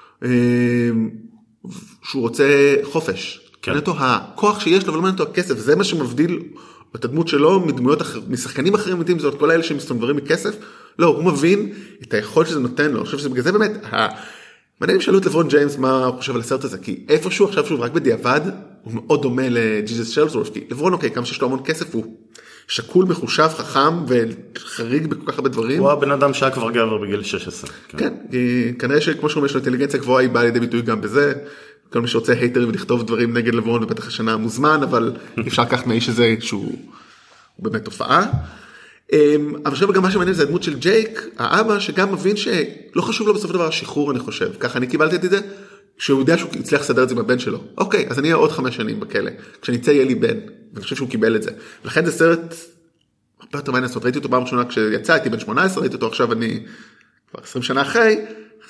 שהוא רוצה חופש. נתו הכוח שיש לו, אבל לא נתו הכסף, זה מה שמבדיל את הדמות שלו מדמויות משחקנים אחרים, זאת כל האלה שמסתובבים מכסף. לא, הוא מבין את היכולת שזה נותן לו. אני חושב שבגלל זה באמת, מעניין אם שאלו את לברון ג'יימס מה הוא חושב על הסרט הזה, כי איפשהו עכשיו שוב רק בדיעבד, הוא מאוד דומה לג'יזוס שלסוורף, כי לברון אוקיי, כמה שיש לו המון כסף, הוא שקול, מחושב, חכם וחריג בכל כך הרבה דברים.
הוא הבן אדם שהיה כבר גבר בגיל שש עשרה.
כן, כנראה שכמו שאומר, יש לו אינטליגנציה גבוהה, היא באה לידי ביטוי גם בזה, כל מי שרוצה הייטרים ולכתוב דברים נגד לברון בבטח השנה מוזמן, אבל אפשר לקחת מהאיש הזה שהוא באמת תופעה. אבל עכשיו גם מה שמעניין זה הדמות של ג'ייק, האבא, שגם מבין שלא חשוב לו בסוף דבר השחרור, אני חושב. ככה אני קיבלתי את זה, שהוא יודע שהוא הצליח לסדר את זה עם הבן שלו. אוקיי, אז אני אהיה עוד חמש שנים בכלא, כשאני אצא יהיה לי בן, ואני חושב שהוא קיבל את זה. ולכן זה סרט, הרבה יותר מעניין, ראיתי אותו פעם ראשונה כשיצא, הייתי בן שמונה עשרה, ראיתי אותו עכשיו אני כבר עשרים שנה אחרי,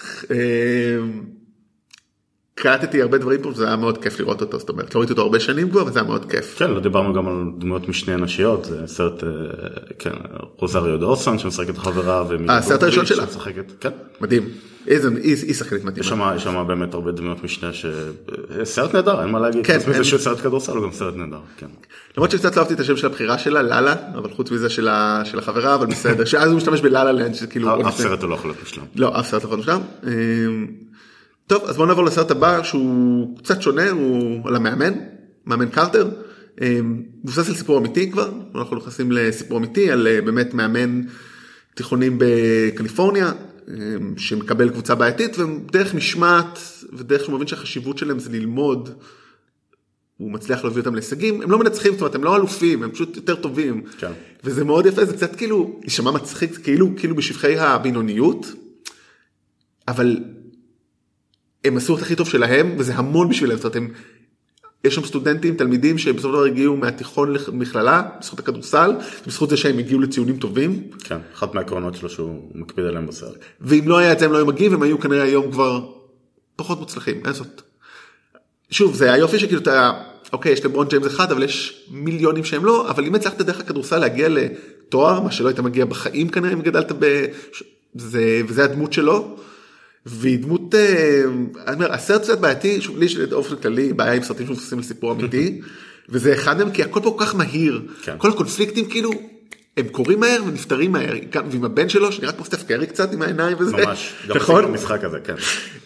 קראתי הרבה דברים פה, וזה היה מאוד כיף לראות אותו, זאת אומרת, לא ראיתי אותו הרבה שנים כבר, וזה היה מאוד כיף.
כן, לא דיברנו גם על דמויות משנה נשיות, זה סרט, כן, רוזריו דורסון, שמשחקת החברה,
אה, הסרט הראשון שלה.
כן.
מדהים. איזה, היא שחקנית מדהימה.
יש שם באמת הרבה דמויות משנה, סרט נהדר, אין מה להגיד.
כן.
חוץ מזה שהוא סרט כדורסל, הוא גם סרט נהדר, כן.
למרות שקצת לא אהבתי את השם של הבחירה שלה, לאלה, אבל חוץ מזה של החברה, אבל בסדר, שאז הוא משתמש בלאלה לנד, שכאילו...
אף סרט לא יכול להיות משלם.
לא, אף סרט לא יכול להיות משלם. טוב, אז בואו נעבור לסרט הבא, שהוא קצת שונה, הוא על המאמן, מאמן קרטר, מבוסס על סיפור אמיתי כבר, אנחנו נכנסים לסיפור אמיתי, על באמת מאמן תיכונים בקליפורניה, שמקבל קבוצה בעייתית, ודרך משמעת, ודרך שהוא מבין שהחשיבות שלהם זה ללמוד, הוא מצליח להביא אותם להישגים, הם לא מנצחים, זאת אומרת, הם לא אלופים, הם פשוט יותר טובים, כן. וזה מאוד יפה, זה קצת כאילו, נשמע מצחיק, כאילו, כאילו בשפחי הבינוניות, אבל הם עשו את הכי טוב שלהם, וזה המון בשבילם, זאת אומרת, הם, יש שם סטודנטים, תלמידים, שבסופו של דבר הגיעו מהתיכון למכללה, בזכות הכדורסל, ובזכות זה שהם הגיעו לציונים טובים.
כן, אחת מהעקרונות שלו שהוא מקפיד עליהם בסרט.
ואם לא היה את זה, הם לא היו מגיעים, הם היו כנראה היום כבר פחות מוצלחים, אין זאת. שוב, זה היופי שכאילו אתה, אוקיי, יש לברון ג'יימס אחד, אבל יש מיליונים שהם לא, אבל אם הצלחת דרך הכדורסל להגיע לתואר, מה שלא היית מגיע בחיים כנראה, אם גדלת ב... זה, וזה הדמות שלו. והיא דמות, אני אומר, הסרט קצת בעייתי, שוב, לי יש אופן כללי, בעיה עם סרטים שמבוססים לסיפור אמיתי, וזה אחד מהם, כי הכל פה כל כך מהיר, כן. כל הקונפליקטים כאילו, הם קוראים מהר ונפטרים מהר, ועם הבן שלו, שנראה כמו סטף קרי קצת עם העיניים וזה.
ממש, גם עושים במשחק הזה, כן.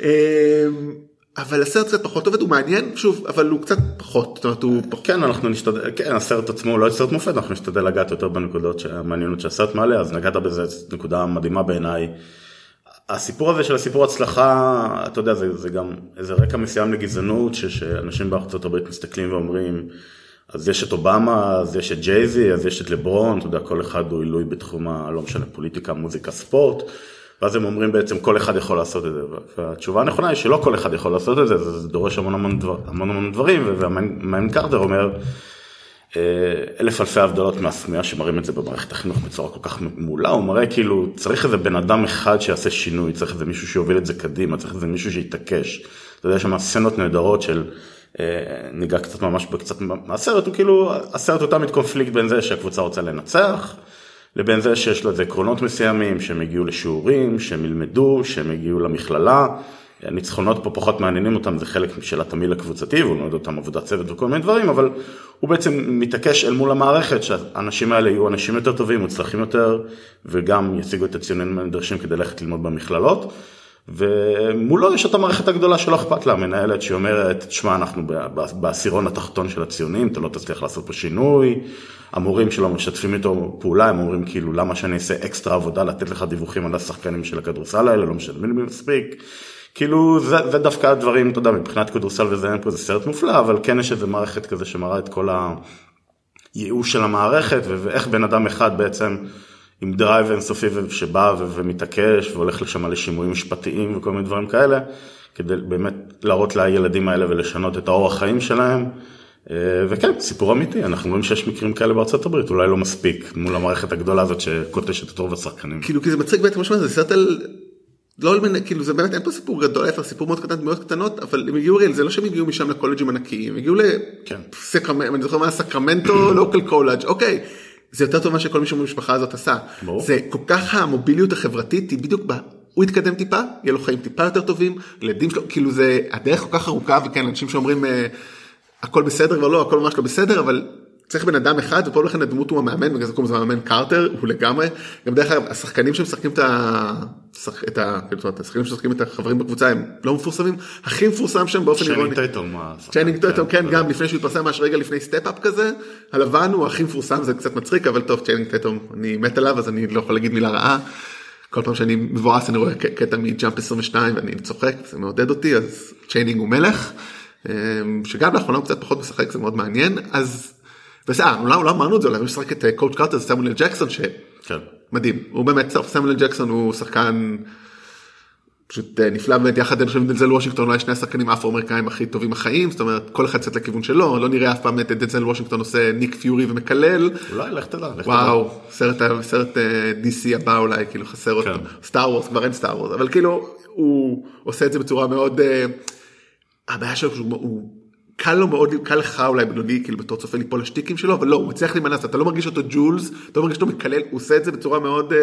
אבל הסרט קצת פחות עובד, הוא מעניין, שוב, אבל הוא קצת פחות, זאת אומרת, הוא פחות.
כן, אנחנו נשתדל, כן, הסרט עצמו לא סרט מופת, אנחנו נשתדל לגעת יותר בנקודות המעניינות שהסרט מעלה, אז נגעת בזה, נקודה מדהימה בעיניי. הסיפור הזה של הסיפור הצלחה, אתה יודע, זה, זה גם איזה רקע מסוים לגזענות, שאנשים בארצות הברית מסתכלים ואומרים, אז יש את אובמה, אז יש את ג'ייזי, אז יש את לברון, אתה יודע, כל אחד הוא עילוי בתחום, לא משנה, פוליטיקה, מוזיקה, ספורט, ואז הם אומרים בעצם כל אחד יכול לעשות את זה, והתשובה הנכונה היא שלא כל אחד יכול לעשות את זה, זה דורש המון המון, דבר, המון, המון דברים, והמיין קרטר אומר, אלף אלפי הבדלות מהסמויה שמראים את זה במערכת החינוך בצורה כל כך מעולה, הוא מראה כאילו צריך איזה בן אדם אחד שיעשה שינוי, צריך איזה מישהו שיוביל את זה קדימה, צריך איזה מישהו שיתעקש, אתה יודע, יש שם סצנות נהדרות של, ניגע קצת ממש בקצת מהסרט, הוא כאילו, הסרט הוא תמיד קונפליקט בין זה שהקבוצה רוצה לנצח, לבין זה שיש לו איזה עקרונות מסוימים, שהם הגיעו לשיעורים, שהם ילמדו, שהם הגיעו למכללה, הניצחונות פה פחות מעניינים אותם, זה חלק של התמיל הקבוצתי, והוא נועד אותם עבודת צוות וכל מיני דברים, אבל הוא בעצם מתעקש אל מול המערכת, שהאנשים האלה יהיו אנשים יותר טובים, מוצלחים יותר, וגם ישיגו את הציונים הנדרשים כדי ללכת ללמוד במכללות, ומולו יש את המערכת הגדולה שלא אכפת לה, מנהלת שאומרת, תשמע, אנחנו בעשירון התחתון של הציונים, אתה לא תצליח לעשות פה שינוי, המורים שלו משתפים איתו פעולה, הם אומרים כאילו, למה שאני אעשה אקסטרה עבודה, לתת לך דיווחים על השחקנים של הכדורסל האלה, לא משלמים לי מספיק, כאילו זה, זה דווקא הדברים, אתה יודע, מבחינת כדורסל וזה, זה סרט מופלא, אבל כן יש איזו מערכת כזה שמראה את כל הייאוש של המערכת, ואיך בן אדם אחד בעצם, עם דרייב אינסופי שבא ומתעקש, והולך לשם לשימועים משפטיים וכל מיני דברים כאלה, כדי באמת להראות לילדים האלה ולשנות את האורח חיים שלהם, וכן, סיפור אמיתי, אנחנו רואים שיש מקרים כאלה בארצות הברית, אולי לא מספיק, מול המערכת הגדולה הזאת שקוטשת את רוב השחקנים.
כאילו, כי זה מצחיק בעצם משמע, זה סרט על... לא, כאילו זה באמת אין פה סיפור גדול, איפה סיפור מאוד קטן, מאוד קטנות, אבל הם הגיעו, זה לא שהם הגיעו משם לקולג'ים ענקיים, הם הגיעו לסקרמנטו, אני זוכר מה, סקרמנטו לוקל קולג', אוקיי, זה יותר טוב מה שכל מישהו במשפחה הזאת עשה. זה כל כך המוביליות החברתית, היא בדיוק בה, הוא יתקדם טיפה, יהיה לו חיים טיפה יותר טובים, ילדים שלו, כאילו זה, הדרך כל כך ארוכה, וכן, אנשים שאומרים, הכל בסדר, אבל לא, הכל ממש לא בסדר, אבל צריך בן אדם אחד, ופה לכן הדמות הוא המאמן, בגלל זה קוראים לזה המאמן קרטר, הוא לגמרי, גם דרך אגב, השחקנים שמשחקים את ה... את ה... השחקנים שמשחקים את החברים בקבוצה, הם לא מפורסמים, הכי מפורסם שם באופן אירוני.
צ'נינג טייטום.
צ'נינג טייטום, כן, גם לפני שהוא התפרסם ממש רגע לפני סטפ-אפ כזה, הלבן הוא הכי מפורסם, זה קצת מצחיק, אבל טוב, צ'נינג טייטום, אני מת עליו, אז אני לא יכול להגיד מילה רעה. כל פעם שאני מבואס, אני רואה קטע מג'אמפ עשרים ושתיים, ואני צוחק, זה מעודד אותי, אז צ'נינג הוא מלך, שגם לאחרונה הוא קצת פחות משחק, זה מאוד מעניין, אז בסדר, אולי לא אמרנו את זה, אולי הוא משחק את קואוצ' קרטר, זה סמואל ג'קסון, שמדהים, הוא באמת, סמואל ג'קסון הוא שחקן פשוט נפלא, באמת יחד עם דנזל וושינגטון, אולי שני השחקנים אפרו-אמריקאים הכי טובים בחיים, זאת אומרת, כל אחד קצת לכיוון שלו, לא נראה אף פעם את דנזל וושינגטון עושה ניק פיורי ומקלל.
אולי, לך תדע.
וואו, סרט די סי הבא אולי, כאילו חסר אותו. סטאר וורס, כבר אין סטאר וורס, אבל כאילו, הוא עושה את זה בצורה מאוד, הבעיה שלו הוא קל לו מאוד, קל לך אולי בנוני, כאילו בתור צופה ליפול לשטיקים שלו, אבל לא, הוא מצליח להימנס, אתה לא מרגיש אותו ג'ולס, אתה לא מרגיש אותו מקלל, הוא עושה את זה בצורה מאוד,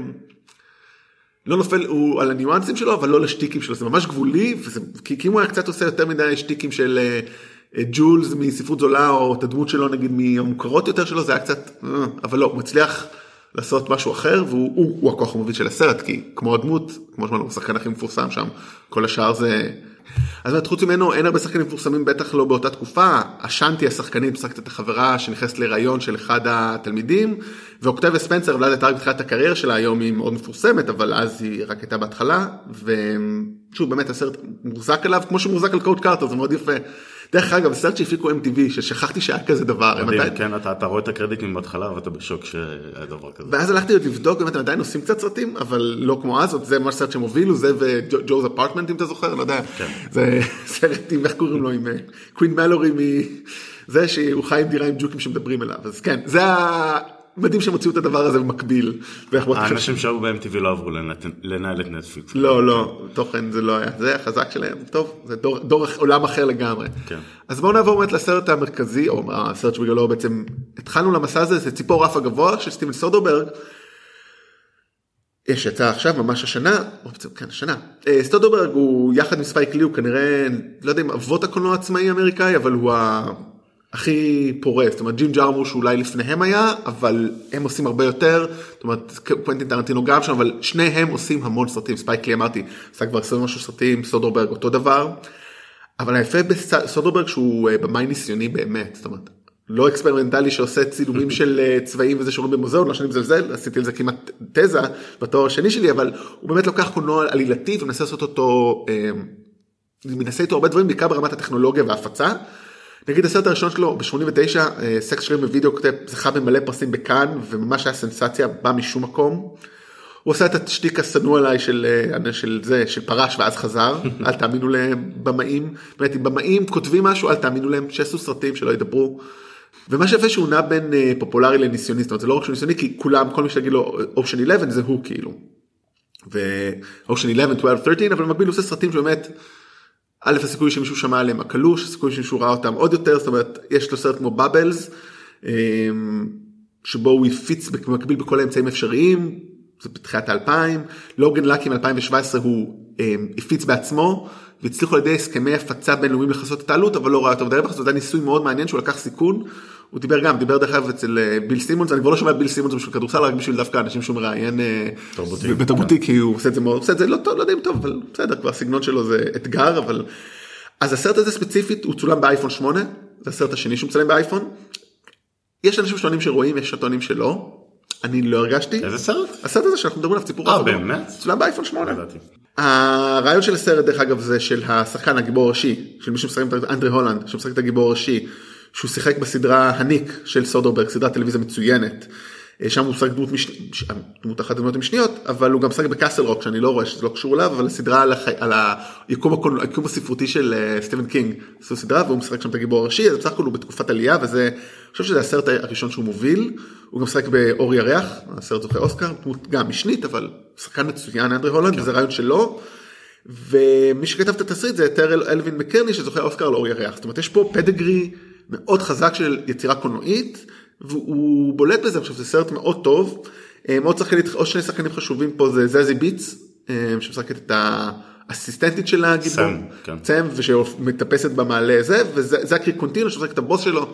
לא נופל, הוא על הניואנסים שלו, אבל לא לשטיקים שלו, זה ממש גבולי, וזה, כי, כי אם הוא היה קצת עושה יותר מדי שטיקים של ג'ולס מספרות זולה, או את הדמות שלו, נגיד, מהמוכרות יותר שלו, זה היה קצת, אבל לא, הוא מצליח לעשות משהו אחר, והוא הוא, הוא הכוח המוביל של הסרט, כי כמו הדמות, כמו שאמרנו, הוא השחקן הכי מפורסם שם, כל השאר זה... אז חוץ ממנו, אין הרבה שחקנים מפורסמים, בטח לא באותה תקופה. השנטי השחקנית משחקת את החברה שנכנסת להיריון של אחד התלמידים, ואוקטביה ספנסר, אולי הייתה רק בתחילת הקריירה שלה, היום היא מאוד מפורסמת, אבל אז היא רק הייתה בהתחלה, ושוב, באמת הסרט מוחזק עליו, כמו שמוחזק על קואוצ' קרטר, זה מאוד יפה. דרך אגב, הסרט שהפיקו אם טי וי, ששכחתי שהיה כזה דבר.
מדהים, כן, אתה, אתה רואה את הקרדיטים בהתחלה, ואתה בשוק שהיה דבר כזה.
ואז הלכתי עוד לבדוק, באמת, הם עדיין עושים קצת סרטים, אבל לא כמו אז, זה ממש סרט שהם הובילו, זה וג'וז אפרטמנט, אם אתה זוכר, לא יודע. כן. זה סרט עם, איך קוראים לו, עם קווין מלורי, זה שהוא חי עם דירה עם ג'וקים שמדברים אליו. אז כן, זה מדהים שהם הוציאו את הדבר הזה במקביל.
האנשים שהיו ב-אם טי וי לא עברו לנהל את נטפליקס.
לא, לא, תוכן זה לא היה. זה היה חזק שלהם. טוב, זה דור, דור עולם אחר לגמרי. כן. אז בואו נעבור באמת לסרט המרכזי, או הסרט שבגללו בעצם התחלנו למסע הזה, זה ציפור רף הגבוה של סטיבן סודרברג. יש יצא עכשיו ממש השנה, או בעצם כן, השנה. סודרברג הוא יחד עם ספייק לי, הוא כנראה, לא יודע אם אבות הקולנוע העצמאי האמריקאי, אבל הוא ה... הכי פורס, זאת אומרת ג'ים ג'ארמוש אולי לפניהם היה, אבל הם עושים הרבה יותר, זאת אומרת קוונטין טרנטינו גם שם, אבל שניהם עושים המון סרטים, ספייק לי אמרתי, עשה כבר עשרים משהו סרטים, סודרברג אותו דבר, אבל היפה בסודרברג שהוא במאי ניסיוני באמת, זאת אומרת, לא אקספרימנטלי שעושה צילומים של צבעים וזה שרואים במוזיאון, לא שאני מזלזל, עשיתי על זה כמעט תזה בתואר השני שלי, אבל הוא באמת לוקח קולנוע עלילתי ומנסה לעשות אותו, מנסה איתו הרבה דברים, בעיקר ברמת הטכנולוגיה וההפצה. נגיד הסרט הראשון שלו ב-שמונים ותשע, סקס שרים בווידאו כתב, זכה במלא פרסים בכאן, וממש היה סנסציה, בא משום מקום. הוא עושה את השתיק הסנוע עליי של, של זה, של פרש ואז חזר, אל תאמינו להם במאים, באמת אם במאים כותבים משהו, אל תאמינו להם, שעשו סרטים שלא ידברו. ומה שיפה שהוא נע בין פופולרי לניסיוני, זאת אומרת זה לא רק שהוא ניסיוני, כי כולם, כל מי שתגיד לו אופשן אחת עשרה זה הוא כאילו. ואופשן אחת עשרה, שתים עשרה, שלוש עשרה, אבל במקביל הוא עושה סרטים שבאמת, א', הסיכוי שמישהו שמע עליהם הקלוש, הסיכוי שמישהו ראה אותם עוד יותר, זאת אומרת, יש לו סרט כמו בבלס, שבו הוא הפיץ במקביל בכל האמצעים אפשריים, זה בתחילת האלפיים, לוגן לקי מ-אלפיים שבע עשרה הוא הפיץ בעצמו, והצליחו על ידי הסכמי הפצה בינלאומיים לכסות את העלות, אבל לא ראה אותו בדרך, זה היה ניסוי מאוד מעניין שהוא לקח סיכון, הוא דיבר גם, דיבר דרך אגב אצל ביל סימונס, אני כבר לא שומע ביל סימונס בשביל כדורסל, רק בשביל דווקא אנשים שהוא מראיין בתרבותי, כי הוא עושה את זה מאוד, עושה את זה לא טוב, לא יודע אם טוב, אבל בסדר, כבר הסגנון שלו זה אתגר, אבל, אז הסרט הזה ספציפית, הוא צולם באייפון שמונה, זה הסרט השני שהוא מצלם באייפון, יש אנשים שטוענים שרואים, יש שטוענים שלא, אני לא הרגשתי.
איזה סרט?
הסרט הזה שאנחנו מדברים עליו ציפור.
אה, באמת?
צולם באייפון שמונה. הרעיון של הסרט דרך אגב זה של השחקן הגיבור הראשי, של מי שמשחק את אנדרי הולנד, שמשחק את הגיבור הראשי, שהוא שיחק בסדרה הניק של סודרברג, סדרת טלוויזיה מצוינת. שם הוא משחק דמות, דמות אחת דמות משניות, אבל הוא גם משחק בקאסל רוק, שאני לא רואה שזה לא קשור אליו, אבל הסדרה על, החי... על היקום, היקום הספרותי של סטיבן קינג, זו סדרה, והוא משחק שם את הגיבור הראשי, אז בסך הכל הוא בתקופת עלייה, וזה, אני חושב שזה הסרט הראשון שהוא מוביל, הוא גם משחק באור ירח, הסרט זוכה אוסקר, דמות גם משנית, אבל שחקן מצוין, אנדרי הולנד, וזה רעיון שלו, ומי שכתב את התסריט זה טרל אלווין מקרני, שזוכה אוסקר לאור ירח, זאת אומרת, יש פה פדגרי מאוד חזק של יצירה קולנועית, והוא בולט בזה, עכשיו זה סרט מאוד טוב, מאוד שחקנית, עוד שני שחקנים חשובים פה זה זזי ביטס, שמשחקת את האסיסטנטית של הגיבור, צם, ושמטפסת במעלה זה, וזה הקריק קונטינו שמשחק את הבוס שלו,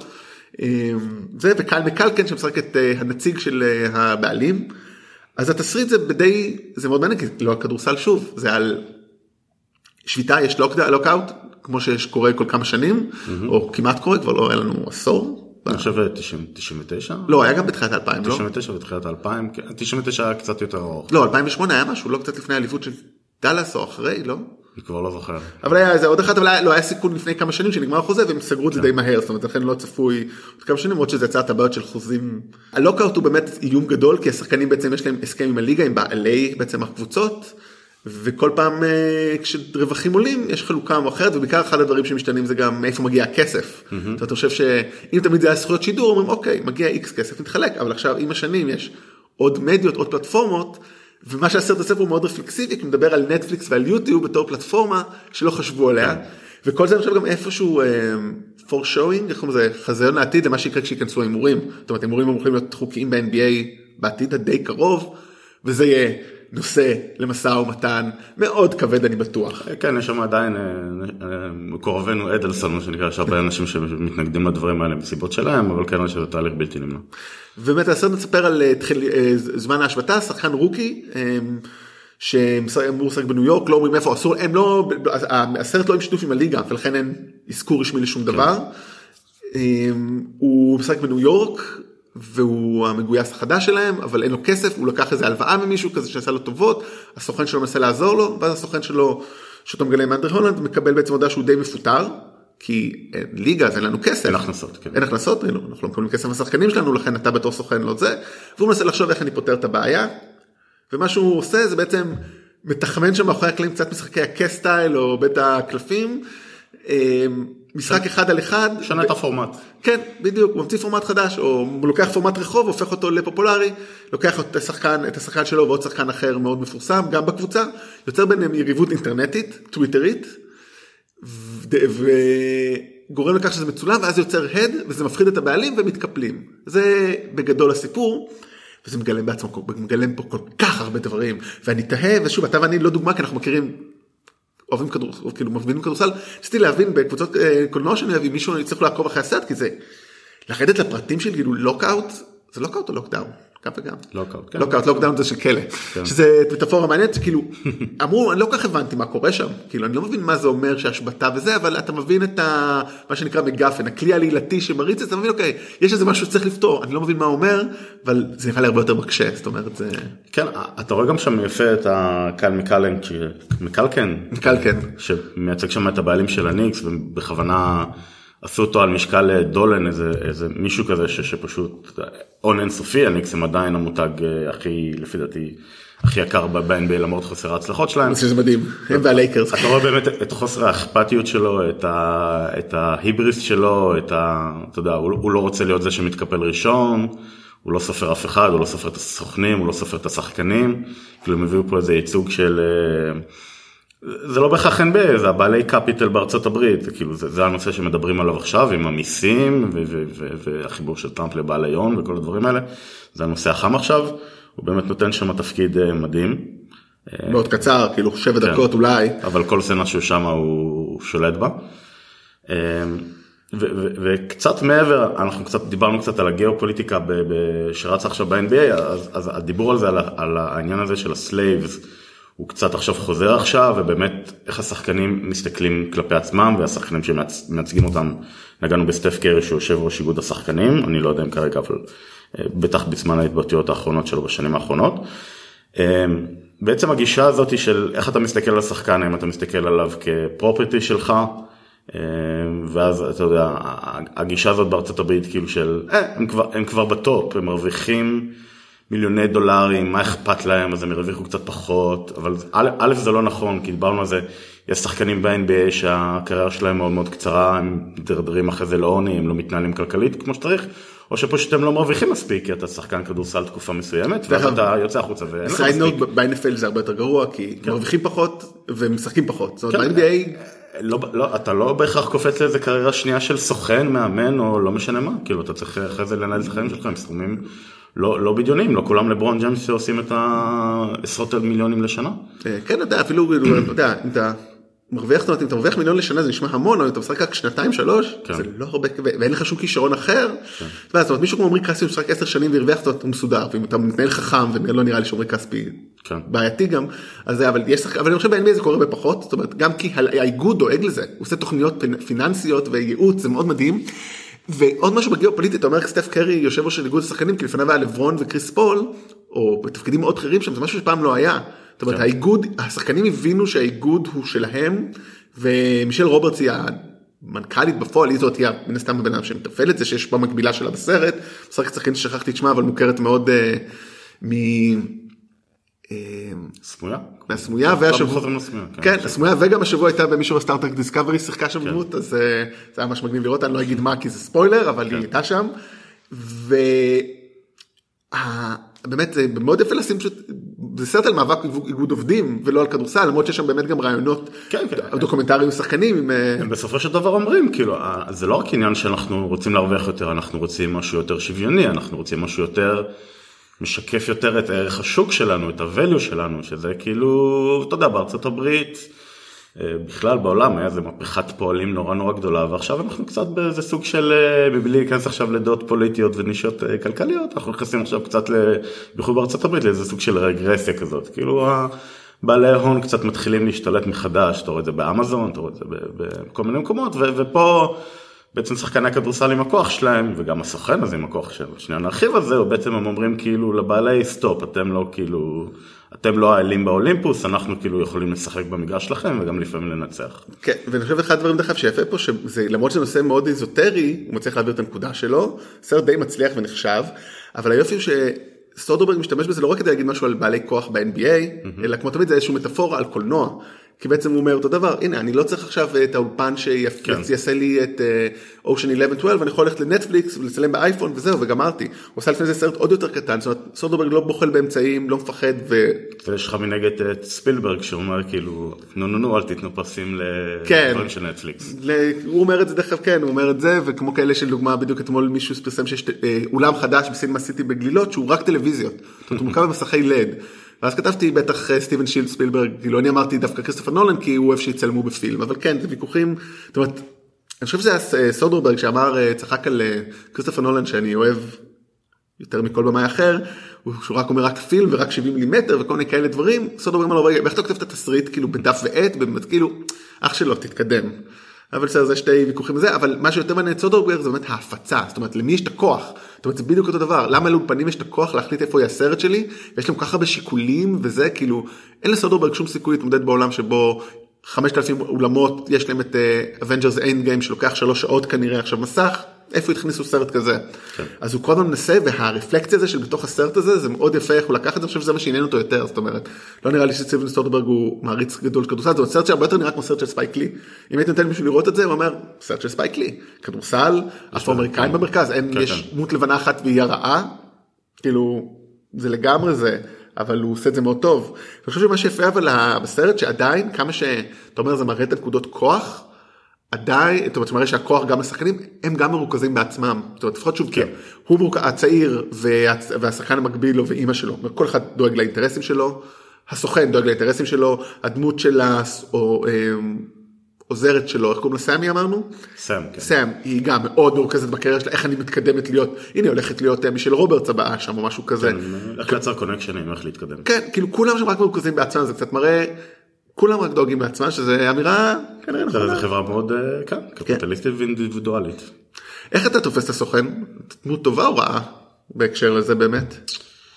זה וקל מקלקן שמשחק את הנציג של הבעלים, אז התסריט זה בדי, זה מאוד מעניין, כי לא הכדורסל שוב, זה על שביתה, יש לוקאוט, כמו שיש קורה כל כמה שנים, או כמעט קורה, כבר לא היה לנו עשור,
אני חושב תשעים ותשע?
לא, היה גם בתחילת אלפיים, לא?
תשעים ותשע בתחילת אלפיים, תשעים ותשע היה קצת יותר ארוך.
לא, אלפיים ושמונה היה משהו, לא קצת לפני האליפות של דלס או אחרי, לא?
אני כבר לא זוכר.
אבל היה איזה עוד אחד, אבל לא היה סיכון לפני כמה שנים שנגמר החוזה, והם סגרו את זה די מהר, זאת אומרת, לכן לא צפוי עוד כמה שנים, עוד שזה יצא את הבעיות של חוזים. הלוקאוט הוא באמת איום גדול, כי השחקנים בעצם יש להם הסכם עם הליגה, עם בעלי בעצם הקבוצות, וכל פעם כשרווחים עולים יש חלוקה או אחרת, ובעיקר אחד הדברים שמשתנים זה גם מאיפה מגיע הכסף. זאת אומרת, אתה חושב שאם תמיד זה היה זכויות שידור, אומרים אוקיי, מגיע איקס כסף, נתחלק, אבל עכשיו עם השנים יש עוד מדיות, עוד פלטפורמות, ומה שהסרט הספר הוא מאוד רפלקסיבי, כי מדבר על נטפליקס ועל יוטיוב בתור פלטפורמה שלא חשבו עליה, וכל זה אני חושב גם איפשהו for showing, איך קוראים לזה, חזיון לעתיד, למה שיקרה כשיכנסו ההימורים. זאת אומרת, ההימורים יכולים להיות חוקיים ב-אן בי איי בעתיד הדי קרוב, וזה יהיה נושא למשא ומתן מאוד כבד, אני בטוח.
כן, יש שם עדיין מקורבנו אדלסון, מה שנקרא, יש הרבה אנשים שמתנגדים לדברים האלה מסיבות שלהם, אבל כן, שזה תהליך בלתי נמנע.
ובאמת, הסרט מספר על זמן ההשבתה, שחקן רוקי, שאמור לשחק בניו יורק, לא אומרים איפה, אסור, הם לא, הסרט לא עם שיתוף עם הליגה, ולכן אין אזכור רשמי לשום דבר. הוא משחק בניו יורק, והוא המגויס החדש שלהם, אבל אין לו כסף, הוא לקח איזה הלוואה ממישהו כזה שעשה לו טובות, הסוכן שלו מנסה לעזור לו, ואז הסוכן שלו, שאותו מגלה עם אנדרי הולנד, מקבל בעצם הודעה שהוא די מפוטר, כי אין ליגה, אז אין לנו כסף.
אין הכנסות, כן.
אין הכנסות, אין, אנחנו לא מקבלים כסף מהשחקנים שלנו, לכן אתה בתור סוכן לא זה, והוא מנסה לחשוב איך אני פותר את הבעיה, ומה שהוא עושה זה בעצם מתחמן שם מאחורי הקלעים קצת משחקי הקסטייל, או בית הקלפים, משחק אחד על אחד.
שונה את הפורמט.
כן, בדיוק, הוא ממציא פורמט חדש, או הוא לוקח פורמט רחוב, הופך אותו לפופולרי, לוקח את השחקן, את השחקן שלו ועוד שחקן אחר מאוד מפורסם, גם בקבוצה, יוצר ביניהם יריבות אינטרנטית, טוויטרית, וגורם לכך שזה מצולם, ואז יוצר הד, וזה מפחיד את הבעלים ומתקפלים. זה בגדול הסיפור, וזה מגלם בעצמו, מגלם פה כל כך הרבה דברים, ואני תהה, ושוב, אתה ואני לא דוגמה, כי אנחנו מכירים אוהבים כדורסל, כאילו מבינים כדורסל, ניסיתי להבין בקבוצות קולנוע שאני אוהב, אם מישהו יצטרך לעקוב אחרי הסרט, כי זה, לרדת לפרטים של כאילו לוקאוט, זה לוקאוט או לוקדאון? גם וגם.
לוקאוט, כן.
לוקאוט, לוקדאון זה של כלא. שזה מטאפורה מעניינת, כאילו, אמרו, אני לא כך הבנתי מה קורה שם, כאילו, אני לא מבין מה זה אומר שהשבטה וזה, אבל אתה מבין את ה, מה שנקרא מגפן, הכלי העלילתי שמריץ, אתה מבין, אוקיי, יש איזה משהו שצריך לפתור, אני לא מבין מה הוא אומר, אבל זה נראה לי הרבה יותר מקשה, זאת אומרת, זה...
כן, אתה רואה גם שם יפה את הקהל מקלן, מקלקן,
מקלקן,
שמייצג שם את הבעלים של הניקס, ובכוונה... עשו אותו על משקל דולן, איזה, איזה מישהו כזה ש, שפשוט און אינסופי, הניקס הם עדיין המותג הכי, לפי דעתי, הכי יקר ב-אן בי איי למרות חוסר ההצלחות שלהם.
זה מדהים, הם והלייקרס.
אתה רואה באמת את חוסר האכפתיות שלו, את, ה, את ההיבריס שלו, את ה, אתה יודע, הוא, הוא לא רוצה להיות זה שמתקפל ראשון, הוא לא סופר אף אחד, הוא לא סופר את הסוכנים, הוא לא סופר את השחקנים, כאילו הם הביאו פה איזה ייצוג של... זה לא בהכרח אן בי איי, זה הבעלי קפיטל בארצות הברית, זה, כאילו, זה, זה הנושא שמדברים עליו עכשיו, עם המיסים, ו- ו- ו- והחיבור של טראמפ לבעלי הון, וכל הדברים האלה, זה הנושא החם עכשיו, הוא באמת נותן שם תפקיד מדהים.
מאוד קצר, כאילו שבע דקות אולי.
אבל כל סצנה שהוא שם הוא שולט בה. ו- ו- וקצת מעבר, אנחנו קצת, דיברנו קצת על הגיאופוליטיקה ב- שרץ עכשיו ב-אן בי איי, אז, אז הדיבור על זה, על, על העניין הזה של הסלייבס, הוא קצת עכשיו חוזר עכשיו, ובאמת איך השחקנים מסתכלים כלפי עצמם, והשחקנים שמייצגים אותם, נגענו בסטף קרי שהוא יושב ראש איגוד השחקנים, אני לא יודע אם כרגע, אבל בטח בזמן ההתבטאויות האחרונות שלו בשנים האחרונות. בעצם הגישה הזאת של איך אתה מסתכל על השחקן, אם אתה מסתכל עליו כפרופרטי שלך, ואז אתה יודע, הגישה הזאת בארצות הברית כאילו של, הם כבר, הם כבר בטופ, הם מרוויחים, מיליוני דולרים, מה אכפת להם, אז הם הרוויחו קצת פחות, אבל א', א' זה לא נכון, כי דיברנו על זה, יש שחקנים ב-אן בי איי שהקריירה שלהם מאוד מאוד קצרה, הם דרדרים אחרי זה לעוני, הם לא מתנהלים כלכלית כמו שצריך, או שפשוט הם לא מרוויחים מספיק, כי אתה שחקן כדורסל תקופה מסוימת, ואז אתה יוצא החוצה ואין לך מספיק.
סייד נוט, ב-אן אף אל זה הרבה יותר גרוע, כי מרוויחים פחות ומשחקים פחות, זאת אומרת, ב-אן בי איי...
אתה לא בהכרח קופץ לאיזה קריירה שנייה של סוכן, מאמן, או לא משנה מה, כאילו אתה צריך אחרי זה לנהל את החיים שלך, הם סכומים לא, לא בדיונים, לא כולם לברון ג'יימס שעושים את העשרות מיליונים לשנה.
כן, אתה יודע, אפילו, אתה יודע, אם אתה מרוויח, זאת אומרת, אם אתה מרוויח מיליון לשנה, זה נשמע המון, אבל אם אתה משחק רק שנתיים, שלוש, זה לא הרבה, ואין לך שום כישרון אחר. זאת אומרת, מישהו כמו עמרי כספי, משחק עשר שנים והרוויח, זאת אומרת, הוא מסודר, ואם אתה מתנהל חכם, ולא נראה לי שעמרי כספי בעייתי גם, אז אבל אני חושב ב-אן בי איי זה קורה בפחות, זאת אומרת, גם כי האיגוד דואג לזה, הוא עושה תוכניות פיננסיות וייעוץ, זה מאוד מדהים. ועוד משהו בגיאופוליטית, אתה אומר סטף קרי יושב ראש של איגוד השחקנים, כי לפניו היה לברון וקריס פול, או בתפקידים מאוד אחרים שם, זה משהו שפעם לא היה. זאת אומרת, האיגוד, השחקנים הבינו שהאיגוד הוא שלהם, ומישל רוברטס היא המנכ"לית בפועל, היא זאת, היא מן הסתם הבן אדם שמתפעל את זה, שיש פה מקבילה שלה בסרט, משחקת שחקנית ששכחתי את שמה, אבל מוכרת מאוד מ...
סמויה?
מהסמויה, כן, הסמויה, וגם השבוע הייתה במישור הסטארט-טק דיסקאברי, שיחקה שם דמות, אז זה היה ממש מגניב לראות, אני לא אגיד מה, כי זה ספוילר, אבל היא הייתה שם, ובאמת, זה מאוד יפה לשים, זה סרט על מאבק איגוד עובדים, ולא על כדורסל, למרות שיש שם באמת גם רעיונות דוקומנטריים ושחקנים.
בסופו של דבר אומרים, כאילו, זה לא רק עניין שאנחנו רוצים להרוויח יותר, אנחנו רוצים משהו יותר שוויוני, אנחנו רוצים משהו יותר... משקף יותר את ערך השוק שלנו, את הvalue שלנו, שזה כאילו, אתה יודע, בארצות הברית, בכלל בעולם היה איזה מהפכת פועלים נורא נורא גדולה, ועכשיו אנחנו קצת באיזה סוג של, מבלי להיכנס עכשיו לדעות פוליטיות ונישות כלכליות, אנחנו נכנסים עכשיו קצת, בייחוד בארצות הברית, לאיזה סוג של רגרסיה כזאת, כאילו בעלי ההון קצת מתחילים להשתלט מחדש, אתה רואה את זה באמזון, אתה רואה את זה בכל מיני מקומות, ופה, בעצם שחקני הכדורסל עם הכוח שלהם, וגם הסוכן הזה עם הכוח שלהם. שנייה נרחיב על זה, ובעצם הם אומרים כאילו לבעלי סטופ, אתם לא כאילו, אתם לא האלים באולימפוס, אנחנו כאילו יכולים לשחק במגרש שלכם, וגם לפעמים לנצח.
כן, ואני חושב אחד הדברים דחף שיפה פה, שזה, למרות שזה נושא מאוד איזוטרי, הוא מצליח להעביר את הנקודה שלו, סרט די מצליח ונחשב, אבל היופי הוא שסודרברג משתמש בזה לא רק כדי להגיד משהו על בעלי כוח ב-אן בי איי, אלא כמו תמיד זה איזשהו מטאפורה על קולנוע. כי בעצם הוא אומר אותו דבר, הנה, אני לא צריך עכשיו את האולפן שיעשה לי את אושן אחת עשרה שתים עשרה, ואני יכול ללכת לנטפליקס ולצלם באייפון וזהו, וגמרתי. הוא עושה לפני זה סרט עוד יותר קטן, זאת אומרת, סודרברג לא בוחל באמצעים, לא מפחד ו...
ויש לך מנגד את ספילברג, שאומר כאילו, נו נו נו, אל תתנו פרסים לדברים של נטפליקס.
הוא אומר את זה דרך כן, הוא אומר את זה, וכמו כאלה של דוגמה, בדיוק אתמול מישהו פרסם שיש אולם חדש בסינמה סיטי בגלילות, שהוא רק טלוויזיות. זאת אומרת, הוא מורכב במסכי לד. ואז כתבתי בטח סטיבן שילד ספילברג, כאילו אני אמרתי דווקא כריסטופר נולן, כי הוא אוהב שיצלמו בפילם, אבל כן, זה ויכוחים, זאת אומרת, אני חושב שזה היה סודרברג שאמר, צחק על כריסטופר נולן, שאני אוהב יותר מכל במאי אחר, הוא רק אומר רק פילם ורק שבעים מילימטר וכל מיני כאלה דברים, סודרברג אמר לו, רגע, איך אתה כותב את התסריט, כאילו בדף ועט, כאילו, אח שלו, תתקדם. אבל בסדר, זה שתי ויכוחים בזה, אבל מה שיותר מעניין את סודרברג זה באמת ההפצה, זאת אומרת, למי יש את הכוח? זאת אומרת, זה בדיוק אותו דבר, למה לאולפנים יש את הכוח להחליט איפה יהיה הסרט שלי, ויש להם ככה בשיקולים, וזה כאילו, אין לסודרברג שום סיכוי להתמודד בעולם שבו חמשת אלפים אולמות, יש להם את Avengers Endgame שלוקח שלוש שעות כנראה עכשיו מסך, איפה יתכניסו סרט כזה? כן. אז הוא קודם מנסה, והרפלקציה הזה של בתוך הסרט הזה, זה מאוד יפה איך הוא לקח את זה, אני חושב שזה מה שעניין אותו יותר, זאת אומרת, לא נראה לי שסטיבן סודרברג הוא מעריץ גדול כדורסל, זה סרט שהרבה יותר נראה כמו סרט של ספייק לי, אם הייתי נותן מישהו לראות את זה, הוא אומר, סרט של ספייק לי, כדורסל, אפרו-אמריקאים במרכז, אין, יש דמות לבנה אחת והיא הרעה, כאילו, זה לגמרי זה, אבל הוא עושה את זה מאוד טוב. אני חושב שמה שיפה אבל בסרט שעדיין, כמה שאתה אומר, זה מראה את הנקודות כוח, עדיין, זאת אומרת, שמראה שהכוח גם לשחקנים, הם גם מרוכזים בעצמם. זאת אומרת, לפחות שוב, כן. הוא מרוכז, הצעיר והשחקן המקביל לו ואימא שלו, כל אחד דואג לאינטרסים שלו, הסוכן דואג לאינטרסים שלו, הדמות שלה, או עוזרת שלו, איך קוראים לסמי אמרנו?
סם, כן.
סם, היא גם מאוד מרוכזת בקריירה שלה, איך אני מתקדמת להיות, הנה הולכת להיות מישל רוברטס הבאה שם, או משהו כזה.
כן, איך לייצר קונקשנים, איך להתקדם.
כן, כאילו כולם שם רק מרוכזים בעצמם, זה קצת מראה, כולם רק דואגים בעצמם, שזה אמירה, כנראה נכונה.
זה חברה מאוד, כן, קפיטליסטית ואינדיבידואלית.
איך אתה תופס את הסוכן? דמות טובה או רעה בהקשר לזה באמת?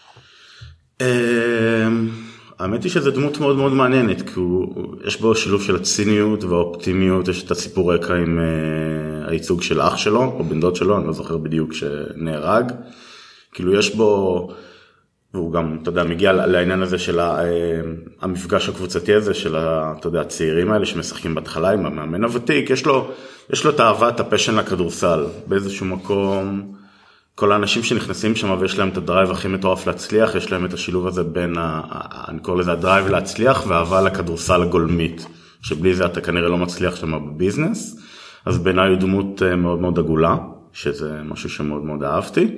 האמת היא שזה דמות מאוד מאוד מעניינת, כי יש בו שילוב של הציניות והאופטימיות, יש את הסיפור רקע עם הייצוג של אח שלו, או בן דוד שלו, אני לא זוכר בדיוק שנהרג, כאילו יש בו, והוא גם, אתה יודע, מגיע לעניין הזה של המפגש הקבוצתי הזה, של, אתה יודע, הצעירים האלה שמשחקים בהתחלה עם המאמן הוותיק, יש לו, יש לו את האהבה, את הפשן לכדורסל, באיזשהו מקום, כל האנשים שנכנסים שם ויש להם את הדרייב הכי מטורף להצליח, יש להם את השילוב הזה בין, ה, אני קורא לזה הדרייב להצליח, ואהבה לכדורסל הגולמית, שבלי זה אתה כנראה לא מצליח שם בביזנס, אז בעיניי הוא דמות מאוד מאוד עגולה, שזה משהו שמאוד מאוד אהבתי.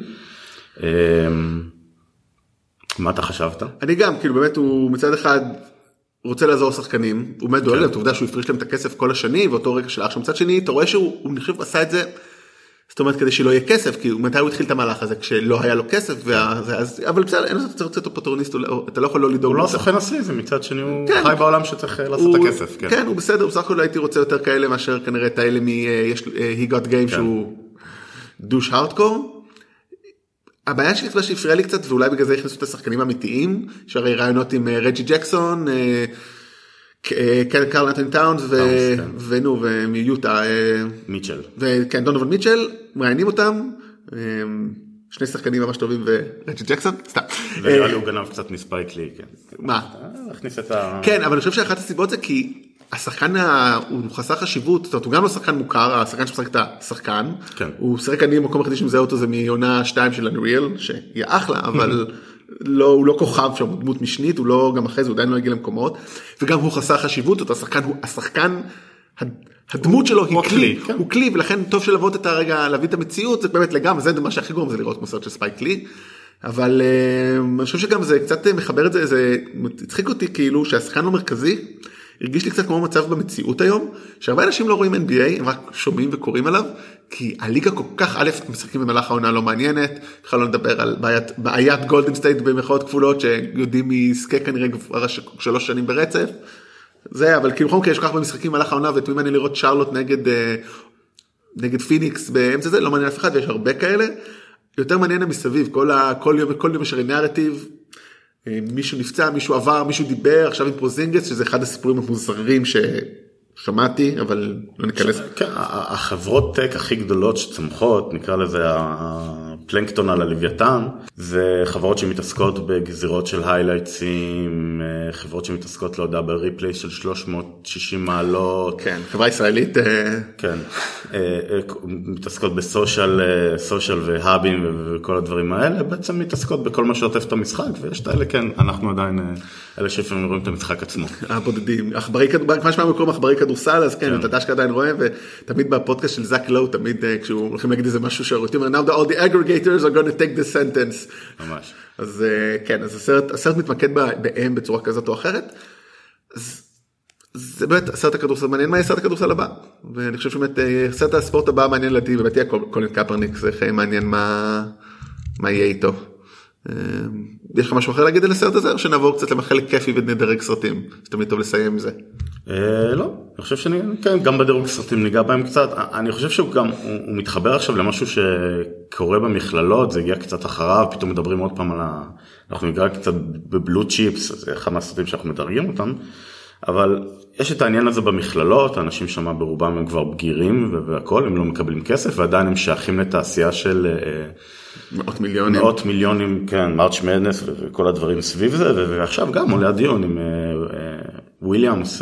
מה אתה חשבת?
אני גם, כאילו באמת הוא מצד אחד רוצה לעזור שחקנים, הוא באמת דואג להם, אתה יודע שהוא הפריש להם את הכסף כל השני, ואותו רגע של אח, מצד שני, אתה רואה שהוא נחשב עשה את זה, זאת אומרת כדי שלא יהיה כסף, כי מתי הוא התחיל את המהלך הזה, כשלא היה לו כסף, אבל בסדר, אין אתה רוצה אותו פוטרוניסט, אתה לא יכול לא לדאוג.
הוא לא סוכן אסלי, זה מצד שני, הוא חי בעולם שצריך לעשות את הכסף.
כן, הוא בסדר, בסך הכל הייתי רוצה יותר כאלה, מאשר כנראה את האלה מ-He Got Game, שהוא דוש הארדקור. הבעיה שלי שהפריע לי קצת, ואולי בגלל זה הכניסו את השחקנים האמיתיים, שהרי רעיונות עם רג'י ג'קסון, קרל נתן טאונס, ונו, ומיוטה.
מיטשל.
וכן, דונובל מיטשל, מעיינים אותם, שני שחקנים ממש טובים, ורג'י ג'קסון, סתם.
ונראה לי הוא גנב קצת מספייק לי, כן.
מה?
הכניס את ה...
כן, אבל אני חושב שאחת הסיבות זה כי השחקן הוא חסר חשיבות, זאת אומרת, הוא גם לא שחקן מוכר, השחקן שמשחק את השחקן, הוא שחק אני במקום החדש שמזהה אותו, זה מעונה שתיים של Unreal, שהיא אחלה, אבל הוא לא כוכב שם, הוא דמות משנית, הוא לא, גם אחרי זה, הוא עדיין לא הגיע למקומות, וגם הוא חסר חשיבות, אותו השחקן, השחקן, הדמות שלו היא כלי, הוא כלי, ולכן טוב שלבוא את הרגע, להביא את המציאות, זה באמת לגמרי, זה מה שהכי גורם, זה לראות כמו סרט של ספייק לי, אבל אני חושב שגם זה קצת מחבר את זה, זה הצחיק אותי כאילו שהשחקן המרכזי, הרגיש לי קצת כמו מצב במציאות היום, שהרבה אנשים לא רואים אן בי איי, הם רק שומעים וקוראים עליו, כי הליגה כל כך, א', משחקים במהלך העונה לא מעניינת, בכלל לא נדבר על בעיית, בעיית גולדן סטייט במחאות כפולות, שיודעים מעסקי כנראה כבר שלוש שנים ברצף, זה, אבל כאילו חום, כי יש כל כך במשחקים במהלך העונה, ותמיד מעניין לראות שרלוט נגד, נגד פיניקס באמצע זה, לא מעניין אף אחד, ויש הרבה כאלה, יותר מעניין מסביב, כל, ה, כל יום, כל יום יש נרטיב, מישהו נפצע, מישהו עבר, מישהו דיבר, עכשיו עם פרוזינגס, שזה אחד הסיפורים המוזרים ששמעתי, אבל לא ניכנס.
כן, החברות טק הכי גדולות שצמחות, נקרא לזה הפלנקטון על הלוויתן, זה חברות שמתעסקות בגזירות של היילייטסים, חברות שמתעסקות, לא יודע, בריפלי של שלוש מאות ושישים מעלות.
כן, חברה ישראלית.
כן, מתעסקות בסושיאל, סושיאל והאבים וכל הדברים האלה, בעצם מתעסקות בכל מה שעוטף את המשחק, ויש את האלה, כן, אנחנו עדיין, אלה שלפעמים רואים את המשחק עצמו. הבודדים,
מה שמע מקום עכברי כדורסל, אז כן, אתה עדיין רואה, ותמיד בפודקאסט של זק לואו, תמיד כשהוא הולכים להגיד איזה משהו שהרואים, now all the aggregate creators are going to take this sentence.
ממש.
אז כן, אז הסרט, הסרט מתמקד בהם בצורה כזאת או אחרת. אז זה באמת הסרט הכדורסל מעניין, מה יהיה סרט הכדורסל הבא? ואני חושב שבאמת סרט הספורט הבא מעניין לדעתי, באמת יהיה קולין קפרניק, זה חיים מעניין מה, מה יהיה איתו. יש לך משהו אחר להגיד על הסרט הזה, או שנעבור קצת למחלק כיפי ונדרג סרטים, שתמיד טוב לסיים עם זה?
לא, אני חושב שאני, כן, גם בדירוג סרטים ניגע בהם קצת, אני חושב שהוא גם, הוא מתחבר עכשיו למשהו שקורה במכללות, זה הגיע קצת אחריו, פתאום מדברים עוד פעם על ה... אנחנו ניגע קצת בבלו צ'יפס, זה אחד מהסרטים שאנחנו מדרגים אותם, אבל יש את העניין הזה במכללות, האנשים שם ברובם הם כבר בגירים והכל, הם לא מקבלים כסף, ועדיין הם שייכים לתעשייה של...
מאות מיליונים.
מאות מיליונים, כן, מרץ' מדנס וכל הדברים סביב זה, ועכשיו גם עולה הדיון עם וויליאמס,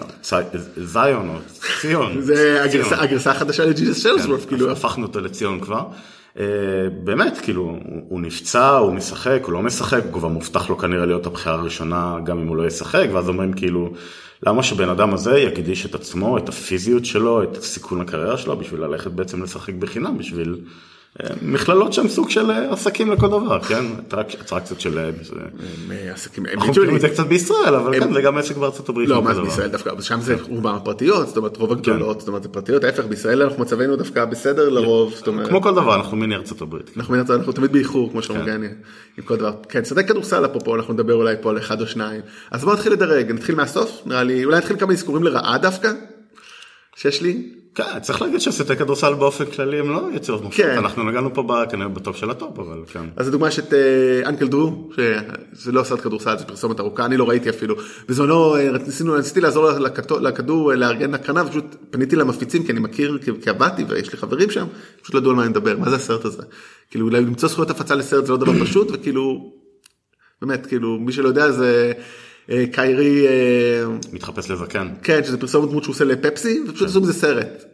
זיון או ציון.
זה הגרסה החדשה לג'יזוס שלסוורף, כאילו.
הפכנו אותו לציון כבר. באמת, כאילו, הוא נפצע, הוא משחק, הוא לא משחק, הוא כבר מובטח לו כנראה להיות הבחירה הראשונה, גם אם הוא לא ישחק, ואז אומרים כאילו, למה שבן אדם הזה יקדיש את עצמו, את הפיזיות שלו, את סיכון הקריירה שלו, בשביל ללכת בעצם לשחק בחינם, בשביל... מכללות שהם סוג של עסקים לכל דבר, כן? אטרקציות של...
עסקים...
אנחנו מכירים את זה קצת בישראל, אבל כן, זה גם עסק בארצות הברית.
לא, מה זה בישראל דווקא? שם זה רובם הפרטיות, זאת אומרת, רוב הגדולות, זאת אומרת, זה פרטיות, ההפך, בישראל אנחנו מצבנו דווקא בסדר לרוב, זאת אומרת...
כמו כל דבר, אנחנו מיני ארצות הברית.
אנחנו תמיד באיחור, כמו שאומרים, עם כל דבר. כן, סרטי כדורסל אפרופו, אנחנו נדבר אולי פה על אחד או שניים. אז בואו נתחיל לדרג, נתחיל מהסוף, נראה לי, אולי נתחיל כמה אזכורים לרעה דווקא, שיש לי.
כן, צריך להגיד שסרטי כדורסל באופן כללי הם לא יצירות מופת, אנחנו נגענו פה כנראה בטופ של הטופ, אבל כן.
אז הדוגמה יש את אנקל דרו, שזה לא סרט כדורסל, זה פרסומת ארוכה, אני לא ראיתי אפילו. בזמנו ניסיתי לעזור לכדור, לארגן הקרנה, ופשוט פניתי למפיצים, כי אני מכיר, כי עבדתי ויש לי חברים שם, פשוט לא ידעו על מה אני מדבר, מה זה הסרט הזה? כאילו, למצוא זכויות הפצה לסרט זה לא דבר פשוט, וכאילו, באמת, כאילו, מי שלא יודע זה... קיירי
מתחפש לזקן.
כן, שזה פרסומת דמות שהוא עושה לפפסי, ופשוט עשו מזה סרט.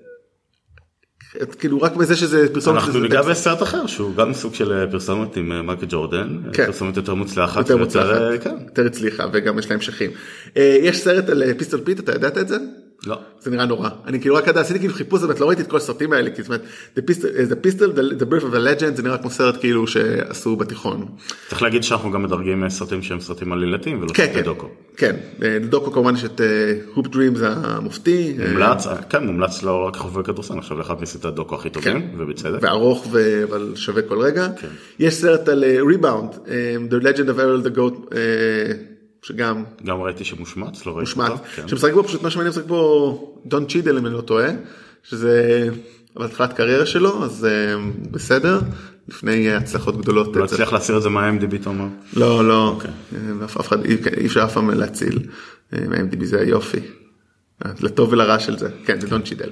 כאילו רק מזה שזה פרסומת...
אנחנו ניגע בסרט אחר, שהוא גם סוג של פרסומת עם מייקל ג'ורדן, פרסומת יותר מוצלחת.
יותר מוצלחת, יותר הצליחה, וגם יש לה המשכים. יש סרט על פיסטול פיט, אתה ידעת את זה?
לא.
זה נראה נורא. אני כאילו רק ידע, עשיתי כאילו חיפוש, אבל לא ראיתי את כל הסרטים האלה, כי זאת אומרת, The Pistol, The Birth of a Legend, זה נראה כמו סרט כאילו שעשו בתיכון.
צריך להגיד שאנחנו גם מדרגים סרטים שהם סרטים עלילתיים, ולא סרטי דוקו.
כן, דוקו כמובן יש את Hoop Dreams המופתי.
מומלץ, כן, מומלץ לא רק חובבי כדורסל, עכשיו לאחד מסרטי הדוקו הכי טובים, ובצדק.
וארוך, אבל שווה כל רגע. יש סרט על Rebound, The Legend of Errol the Goat, שגם...
גם ראיתי שמושמץ, לא ראיתי
אותו. שמשחק בו פשוט מה שמעניין, משחק בו דון צ'ידל, אם אני לא טועה, שזה התחלת קריירה שלו, אז בסדר, לפני הצלחות גדולות.
לא הצליח להסיר את זה מה-אם די בי, תומר?
לא, לא, אף אחד, אי אפשר אף פעם להציל, מה-אם די בי זה היופי, לטוב ולרע של זה, כן, זה דון צ'ידל.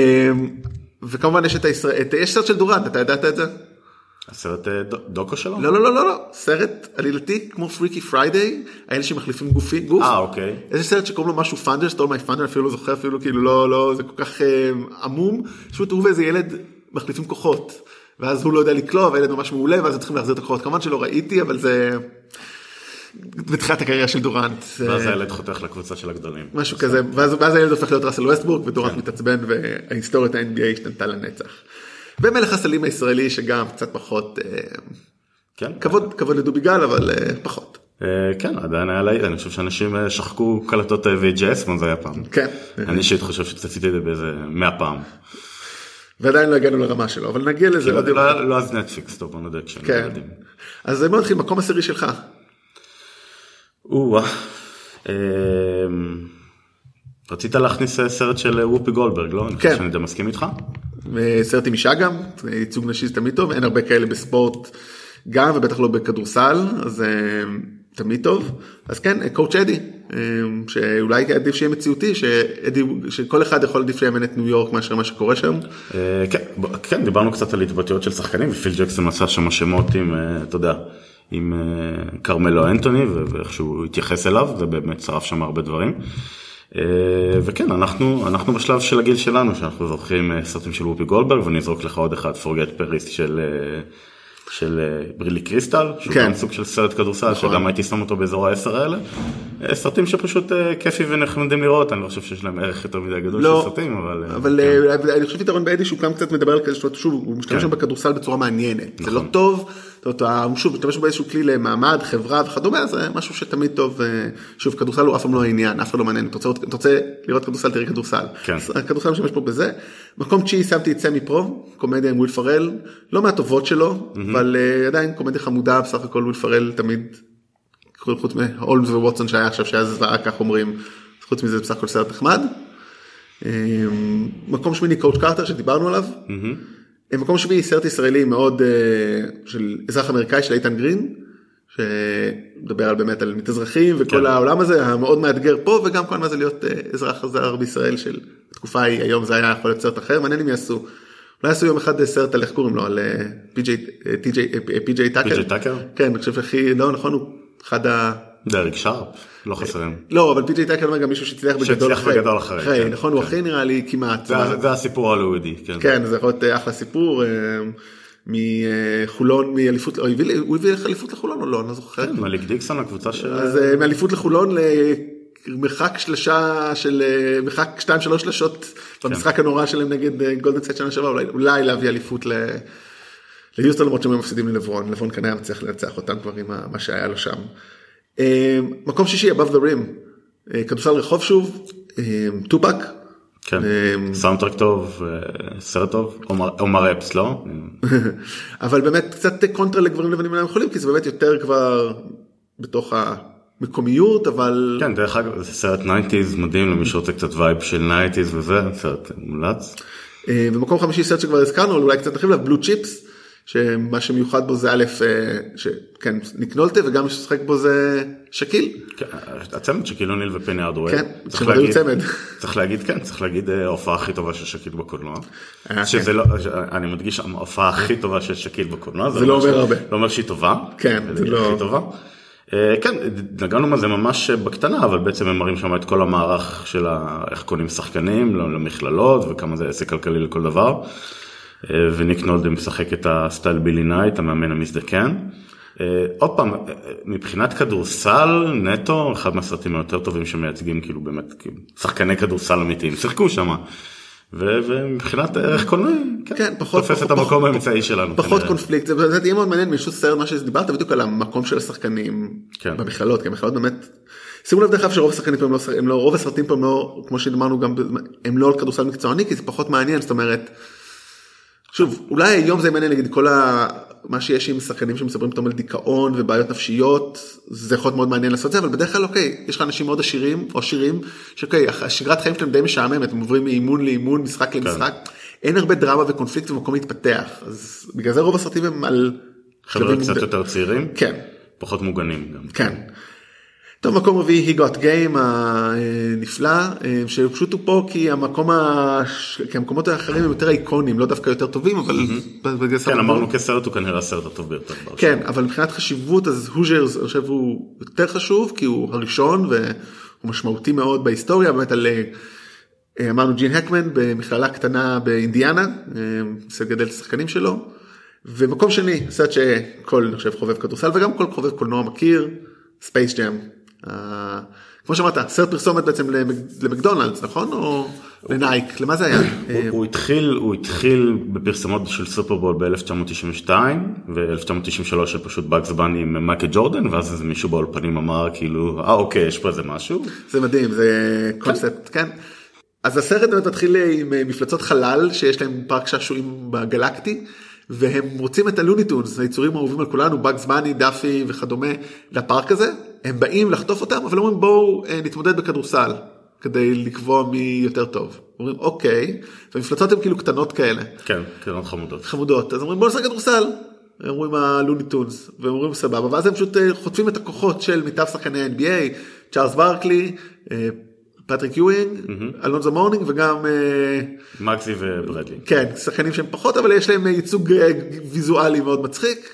וכמובן יש את הישראל, יש סרט של דורנט, אתה ידעת את זה?
הסרט דוקו שלו?
לא, לא, לא, לא, סרט עלילתי כמו פריקי פריידיי, האלה שמחליפים גופי, גוף.
אה, אוקיי.
איזה סרט שקוראים לו משהו פאנדר, סטול מי פאנדר, אפילו לא זוכר, אפילו כאילו לא, לא, זה כל כך עמום, פשוט הוא ואיזה ילד מחליפים כוחות, ואז הוא לא יודע לקלוע, והילד ממש מעולה, ואז הם צריכים להחזיר את הכוחות. כמובן שלא ראיתי, אבל זה... בתחילת הקריירה של דורנט.
ואז הילד חותך לקבוצה של הגדולים.
משהו כזה, ואז הילד הופך להיות ראסל ווסטברוק, ודורנט מתעצבן, וההיסטוריית ה-אן בי איי השתנתה לנצח. ומלך הסלים הישראלי שגם קצת פחות, כבוד, כבוד לדובי גל, אבל פחות.
כן, עדיין היה להיט, אני חושב שאנשים שחקו קלטות וי ג'י אס, מה זה היה פעם.
כן.
אני אישית חושב שצפיתי את זה באיזה מאה פעם.
ועדיין לא הגענו לרמה שלו, אבל נגיע לזה.
לא אז נטפליקס, טוב, בוא נדע כשאני ילדים.
אז בוא נתחיל, מקום עשירי שלך.
או-אה. רצית להכניס סרט של וופי גולדברג, לא? אני חושב שאני די מסכים איתך.
סרט עם אישה גם, ייצוג נשי זה תמיד טוב, אין הרבה כאלה בספורט גם, ובטח לא בכדורסל, אז תמיד טוב. אז כן, קואוצ' אדי, שאולי עדיף שיהיה מציאותי, שכל אחד יכול עדיף שיאמן את ניו יורק מאשר מה שקורה שם.
כן, דיברנו קצת על התבטאויות של שחקנים, ופיל ג'קסון עשה שם שמות עם, אתה יודע, עם קרמלו אנטוני, ואיך שהוא התייחס אליו, ובאמת שרף שם הרבה דברים. וכן, אנחנו, אנחנו בשלב של הגיל שלנו, שאנחנו זוכרים סרטים של וופי גולדברג, ואני אזרוק לך עוד אחד, Forget Paris של של ברילי קריסטל, שהוא גם סוג של סרט כדורסל, שגם הייתי שם אותו באזור ה-עשר האלה. סרטים שפשוט כיפי ונחמדים לראות, אני לא חושב שיש להם ערך יותר מדי גדול של סרטים, אבל...
אבל אני חושב יתרון באדי שהוא גם קצת מדבר על כזה, שוב, הוא משתמש שם בכדורסל בצורה מעניינת. זה לא טוב, הוא שוב משתמש באיזשהו כלי למעמד, חברה וכדומה, זה משהו שתמיד טוב, שוב, כדורסל הוא אף פעם לא העניין, אף פעם לא מעניין, אתה רוצה לראות כדורסל, תראי כדורסל. הכדורסל משתמש פה בזה. מקום תשיעי שמתי את סמי פרו, קומדיה עם וויל פרל, לא מהטובות שלו, אבל עדיין קומדיה חמודה, בסך הכל וויל פרל תמיד, חוץ מהולמס וווטסון שהיה עכשיו שהיה זוועה, כך אומרים, חוץ מזה בסך הכל סרט נחמד. מקום שמיני קואוצ' קארטר שדיברנו עליו. מקום שביעי סרט ישראלי מאוד של אזרח אמריקאי של איתן גרין, שמדבר על באמת על מתאזרחים וכל העולם הזה, המאוד מאתגר פה, וגם כאן מה זה להיות אזרח זר בישראל של תקופה ההיא, היום זה היה יכול להיות סרט אחר, מעניין אם יעשו. אולי יעשו יום אחד סרט על איך קוראים לו, על פי ג'יי טאקר. פי ג'יי טאקר? כן, אני חושב הכי, לא נכון, הוא אחד ה...
דריק שרפ, לא חסרים.
לא, אבל פי ג'יי טאקר אומר גם מישהו שצליח בגדול אחרי.
שצליח בגדול אחרי.
נכון, הוא הכי נראה לי כמעט.
זה הסיפור הלואודי.
כן, זה יכול להיות אחלה סיפור. מחולון, מאליפות, הוא הביא אליפות לחולון או לא? אני לא זוכר.
כן, מליק דיקסון, הקבוצה של...
אז מאליפות לחולון למרחק שלושה של, מרחק שתיים שלוש שלשות במשחק הנורא שלהם נגד גולדן סטייט שנה שעברה, אולי להביא אליפות ליוסטון, למרות שהם מפסידים ללברון, לברון כנראה מצליח לנצח אותם כבר עם מה שהיה לו שם. מקום שישי, Above the Rim, כדורסל רחוב שוב, טופק.
כן, סאונדטרק טוב, סרט טוב, אומר אפס, לא?
אבל באמת קצת קונטרה לגברים לבנים אינם יכולים, כי זה באמת יותר כבר בתוך המקומיות, אבל...
כן, דרך אגב, זה סרט ניינטיז מדהים, למי שרוצה קצת וייב של ניינטיז וזה, סרט מולץ.
במקום חמישי סרט שכבר הזכרנו, אולי קצת נכתוב לה, בלו צ'יפס, שמה שמיוחד בו זה א', שכן, ניקנולטה, וגם מי ששחק בו זה שקיל.
הצמד שקיל אוניל ופני ארדווי.
כן, שמדהים צמד.
צריך להגיד, כן, צריך להגיד ההופעה הכי טובה של שקיל בקולנוע. שזה לא, אני מדגיש, ההופעה הכי טובה של שקיל בקולנוע.
זה לא אומר הרבה.
לא אומר שהיא טובה.
כן, זה לא...
הכי טובה. כן, נגענו מה זה ממש בקטנה, אבל בעצם הם מראים שם את כל המערך של איך קונים שחקנים למכללות, וכמה זה עסק כלכלי לכל דבר. וניק נולדה משחק את הסטייל בילי נייט, המאמן המזדקן. עוד פעם, מבחינת כדורסל נטו, אחד מהסרטים היותר טובים שמייצגים, כאילו באמת, שחקני כדורסל אמיתיים, שיחקו שם. ומבחינת ערך קולנועי, כן, תופס את המקום האמצעי שלנו.
פחות קונפליקט, זה תהיה מאוד מעניין, מישהו סרט מה שדיברת בדיוק על המקום של השחקנים במכללות, כי המכללות באמת, שימו לב דרך אגב שרוב השחקנים פה הם לא, רוב הסרטים פה הם לא, כמו שאמרנו גם, הם לא על כדורסל מקצועני, כי זה פחות מעניין, זאת אומרת, שוב, אולי היום זה מעניין, נגיד, כל ה... מה שיש עם שחקנים שמספרים פתאום על דיכאון ובעיות נפשיות, זה יכול להיות מאוד מעניין לעשות זה, אבל בדרך כלל, אוקיי, יש לך אנשים מאוד עשירים, או עשירים, שאוקיי, השגרת חיים שלהם די משעממת, הם עוברים מאימון לאימון, משחק למשחק, אין הרבה דרמה וקונפליקט ומקום להתפתח, אז בגלל זה רוב הסרטים הם על...
חבר'ה קצת יותר צעירים?
כן.
פחות מוגנים גם.
כן. טוב, מקום רביעי, He Got Game הנפלא, שפשוט הוא פה כי המקום ה... כי המקומות האחרים הם יותר איקונים, לא דווקא יותר טובים, אבל...
כן, אמרנו כסרט הוא כנראה הסרט הטוב ביותר.
כן, אבל מבחינת חשיבות, אז הוז'רס, אני חושב, הוא יותר חשוב, כי הוא הראשון, והוא משמעותי מאוד בהיסטוריה, באמת על... אמרנו ג'ין הקמן, במכללה קטנה באינדיאנה, סרט גדל את השחקנים שלו, ומקום שני, סרט שכל, אני חושב, חובב כדורסל, וגם כל חובב קולנוע מכיר, ספייס ג'אם. כמו שאמרת, סרט פרסומת בעצם למקדונלדס, נכון? או לנייק, למה זה היה?
הוא התחיל, הוא התחיל בפרסומות של סופרבול ב-אלף תשע מאות תשעים ושתיים, ו-אלף תשע מאות תשעים ושלוש של פשוט באגס בני עם מייקל ג'ורדן, ואז איזה מישהו באולפנים אמר כאילו, אה אוקיי, יש פה איזה משהו.
זה מדהים, זה קונספט, כן. אז הסרט באמת מתחיל עם מפלצות חלל, שיש להם פארק שעשועים בגלקטי, והם רוצים את הלוניטונס, היצורים האהובים על כולנו, באגס בני, דאפי וכדומה, לפארק הזה, הם באים לחטוף אותם, אבל אומרים בואו נתמודד בכדורסל, כדי לקבוע מי יותר טוב. אומרים אוקיי, והמפלצות הן כאילו קטנות כאלה.
כן, קטנות חמודות.
חמודות, אז אומרים בואו נשחק כדורסל, הם אומרים הלוניטונס, והם אומרים סבבה, ואז הם פשוט חוטפים את הכוחות של מיטב שחקני ה-אן בי איי, צ'ארלס ברקלי, פטריק יואינג, אלונזו מורנינג וגם...
מקסי וברדלי.
כן, שחקנים שהם פחות, אבל יש להם ייצוג ויזואלי מאוד מצחיק.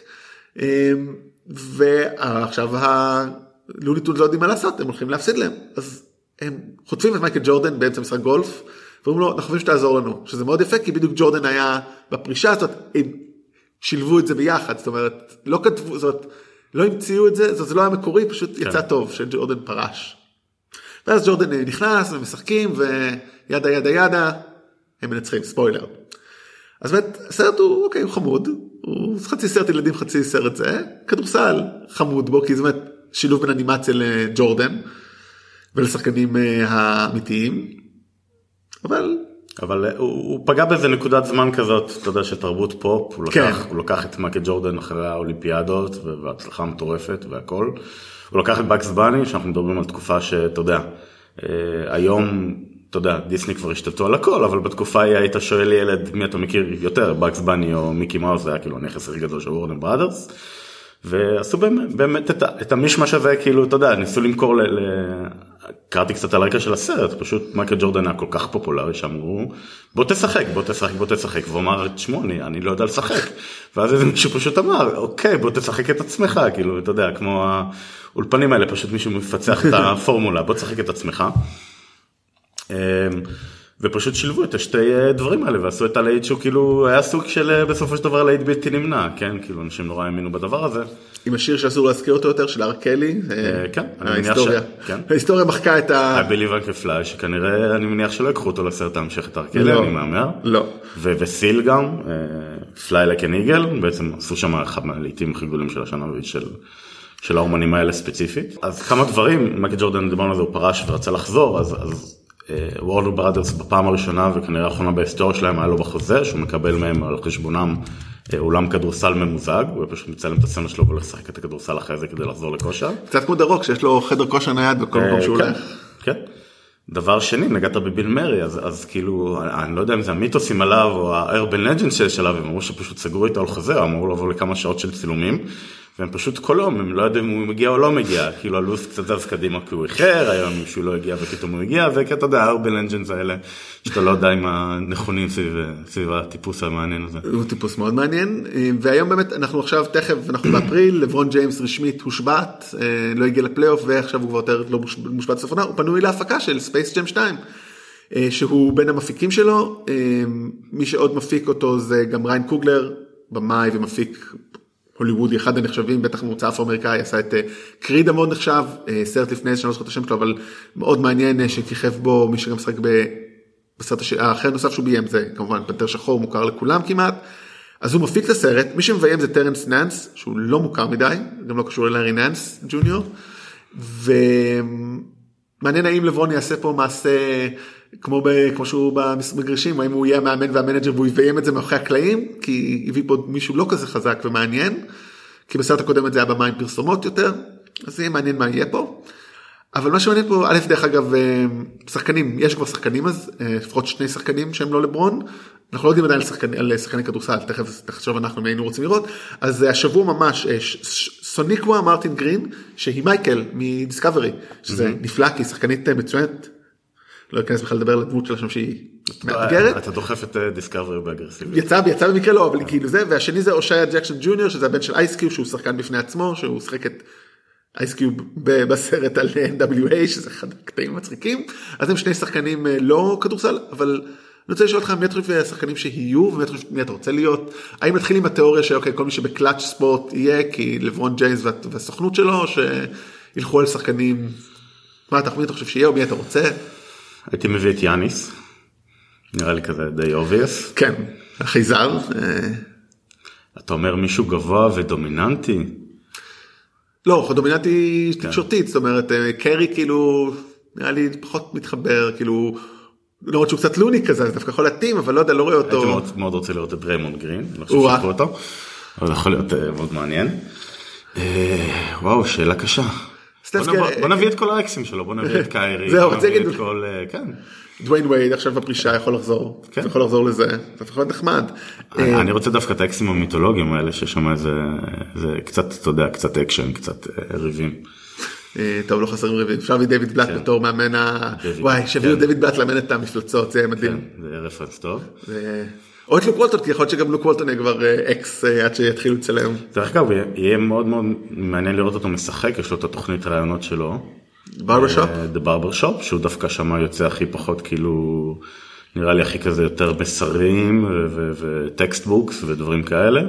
ועכשיו הלוניטונס לא יודעים מה לעשות, הם הולכים להפסיד להם. אז הם חוטפים את מייקל ג'ורדן באמצע משחק גולף, ואומרים לו, אנחנו חושבים שתעזור לנו. שזה מאוד יפה, כי בדיוק ג'ורדן היה בפרישה הזאת, שילבו את זה ביחד, זאת אומרת, לא כתבו, זאת אומרת, לא המציאו את זה, זה לא היה מקורי, פשוט יצא טוב, שג'ורדן פרש. ואז ג'ורדן נכנס ומשחקים, וידה ידה ידה, הם מנצחים, ספוילר. אז באמת, הסרט הוא, אוקיי, הוא חמוד, הוא חצי סרט ילדים, חצי סרט זה, כדורסל חמוד בו, כי זה באמת שילוב בין אנימציה לג'ורדן, ולשחקנים האמיתיים, אבל...
אבל הוא, הוא פגע באיזה נקודת זמן כזאת, אתה יודע, של תרבות פופ, הוא, כן. לקח, הוא לקח את מייקל ג'ורדן אחרי האולימפיאדות, וההצלחה מטורפת והכל, הוא לקח את בקס בני, שאנחנו מדברים על תקופה שאתה יודע, היום, אתה יודע, דיסני כבר השתלטו על הכל, אבל בתקופה היא היית שואל ילד, מי אתה מכיר יותר, בקס בני או מיקי מאוס, זה היה כאילו הנכס הכי גדול של וורנר בראדרס, ועשו באמת, באמת את, את המשמש הזה, כאילו, אתה יודע, ניסו למכור, ל, ל... קראתי קצת על הרקע של הסרט, פשוט מייקל ג'ורדן היה כל כך פופולרי, שאמרו, בוא תשחק, בוא תשחק, בוא תשחק, והוא אמר, תשמעו, אני, אני לא יודע לשחק, ואז איזה מישהו פשוט אמר, אוקיי, בוא תשחק את עצמך, כאילו, אתה יודע, כמו האולפנים האלה, פשוט מישהו מפצח את הפורמולה, בוא תשחק את עצמך, ופשוט שילבו את השתי דברים האלה, ועשו את הלהיט שהוא כאילו היה סוג של בסופו של דבר להיט בלתי נמנע, כן? כאילו אנשים נורא האמינו בדבר הזה.
עם השיר שאסור להזכיר אותו יותר, של אר קלי.
כן,
ההיסטוריה. ההיסטוריה מחקה את ה...
I believe I can fly, שכנראה אני מניח שלא יקחו אותו לסרט ההמשך את אר קלי, אני מאמר.
לא.
וסיל גם, Fly Like an Eagle, בעצם עשו שם אחד מהלהיטים הכי גדולים של השנה של... של האומנים האלה ספציפית. אז כמה דברים, מייקל ג'ורדן דיברנו על זה, הוא פרש ורצה לחזור, אז, אז וורנר בראדרס בפעם הראשונה וכנראה האחרונה בהיסטוריה שלהם היה לו בחוזה, שהוא מקבל מהם על חשבונם אולם כדורסל ממוזג, הוא פשוט מצלם את הסצנה שלו והולך לשחק את הכדורסל אחרי זה כדי לחזור לכושר.
קצת כמו דרוק, שיש לו חדר כושר נייד בכל מקום שהוא הולך.
כן. דבר שני, נגעת בביל מרי, אז, אז כאילו, אני לא יודע אם זה המיתוסים עליו או הארבן לג'נד שיש עליו, הם אמרו שפשוט סגרו איתו על חזה, אמרו לבוא לכמה שעות של צילומים, והם פשוט כל יום, הם לא יודעים אם הוא מגיע או לא מגיע, כאילו הלוס קצת זז קדימה כי הוא איחר, היום שהוא לא הגיע ופתאום הוא הגיע, וכי אתה יודע, הארבן לג'נדס האלה, שאתה לא יודע אם הנכונים סביב, סביב הטיפוס המעניין הזה.
הוא טיפוס מאוד מעניין, והיום באמת אנחנו עכשיו תכף, אנחנו באפריל, לברון ג'יימס רשמית הושבט, לא הגיע לפלייאוף, ועכשיו הוא כבר יותר לא מושבט ספונה, הוא פנוי להפקה של ספייס ג'ם שתיים, שהוא בין המפיקים שלו, מי שעוד מפיק אותו זה גם ריין קוגלר, במאי ומפיק הוליוודי, אחד הנחשבים, בטח ממוצע אפרו-אמריקאי, עשה את קריד המאוד נחשב, סרט לפני, שאני לא זוכר את השם שלו, אבל מאוד מעניין שכיכב בו מי שגם משחק בסרט האחר נוסף שהוא ביים, זה כמובן פנתר שחור, מוכר לכולם כמעט, אז הוא מפיק את הסרט, מי שמביים זה טרנס נאנס, שהוא לא מוכר מדי, גם לא קשור ללארי נאנס ג'וניור, ומעניין האם לברון יעשה פה מעשה, כמו, ב, כמו שהוא במגרשים, האם הוא יהיה המאמן והמנג'ר והוא יביים את זה מאחורי הקלעים, כי הביא פה מישהו לא כזה חזק ומעניין, כי בסרט הקודם את זה היה במה עם פרסומות יותר, אז יהיה מעניין מה יהיה פה. אבל מה שמעניין פה, א' דרך אגב, שחקנים, יש כבר שחקנים אז, לפחות שני שחקנים שהם לא לברון, אנחנו לא יודעים עדיין על שחקני, על שחקני כדורסל, תכף תחשוב אנחנו מי היינו רוצים לראות, אז השבוע ממש, סוניקווה מרטין גרין, שהיא מייקל מדיסקאברי, שזה נפלא כי שחקנית מצוינת, לא אכנס בכלל לדבר על הדמות שלה שם שהיא מאתגרת.
אתה דוחף את דיסקאברי באגרסיביות.
יצא, יצא במקרה לא, אבל כאילו זה, והשני זה אושיה ג'קסון ג'וניור, שזה הבן של אייס קיוב, שהוא שחקן בפני עצמו, שהוא שחק את אייס קיוב בסרט על אן דאבליו איי, שזה אחד הקטעים מצחיקים, אז הם שני שחקנים לא כדורסל, אבל אני רוצה לשאול אותך, מי אתה חושב השחקנים שיהיו, ומי אתה רוצה להיות? האם נתחיל עם התיאוריה שאוקיי, כל מי שבקלאץ' ספורט יהיה, כי לברון ג'יימס והסוכנות שלו, שילכו על שחקנים, מה אתה חושב שיהיה, או מי אתה רוצה?
הייתי מביא את יאניס, נראה לי כזה די obvious.
כן, החייזר.
אתה אומר מישהו גבוה ודומיננטי?
לא, דומיננטי תקשורתית, זאת אומרת, קרי כאילו, נראה לי פחות מתחבר, כאילו, למרות שהוא קצת לוני כזה, אז דווקא יכול להתאים, אבל לא יודע, לא רואה אותו.
הייתי מאוד, מאוד רוצה לראות את דריימונד גרין, לא חושב שיקחו אותו, אבל זה יכול להיות מאוד מעניין. וואו, שאלה קשה. בוא נביא את כל האקסים שלו, בוא נביא את קיירי, בוא נביא את כל, כן.
דוויין וייד עכשיו בפרישה יכול לחזור, יכול לחזור לזה, זה יכול להיות נחמד.
אני רוצה דווקא את האקסים המיתולוגיים האלה, ששם איזה, קצת, אתה יודע, קצת אקשן, קצת ריבים.
טוב, לא חסרים ריבים, אפשר להביא דיוויד בלאט בתור מאמן ה... וואי, שהביאו דיוויד בלאט לאמן את המפלצות, זה מדהים.
זה רפרנס טוב.
או את לוק וולטון, כי יכול להיות שגם לוק וולטון יהיה כבר אקס עד שיתחילו לצלם.
דרך אגב, יהיה מאוד מאוד מעניין לראות אותו משחק, יש לו את התוכנית הרעיונות שלו.
ברברשופ?
The Barbershop, שהוא דווקא שם יוצא הכי פחות, כאילו, נראה לי הכי כזה יותר מסרים וטקסט בוקס ודברים כאלה.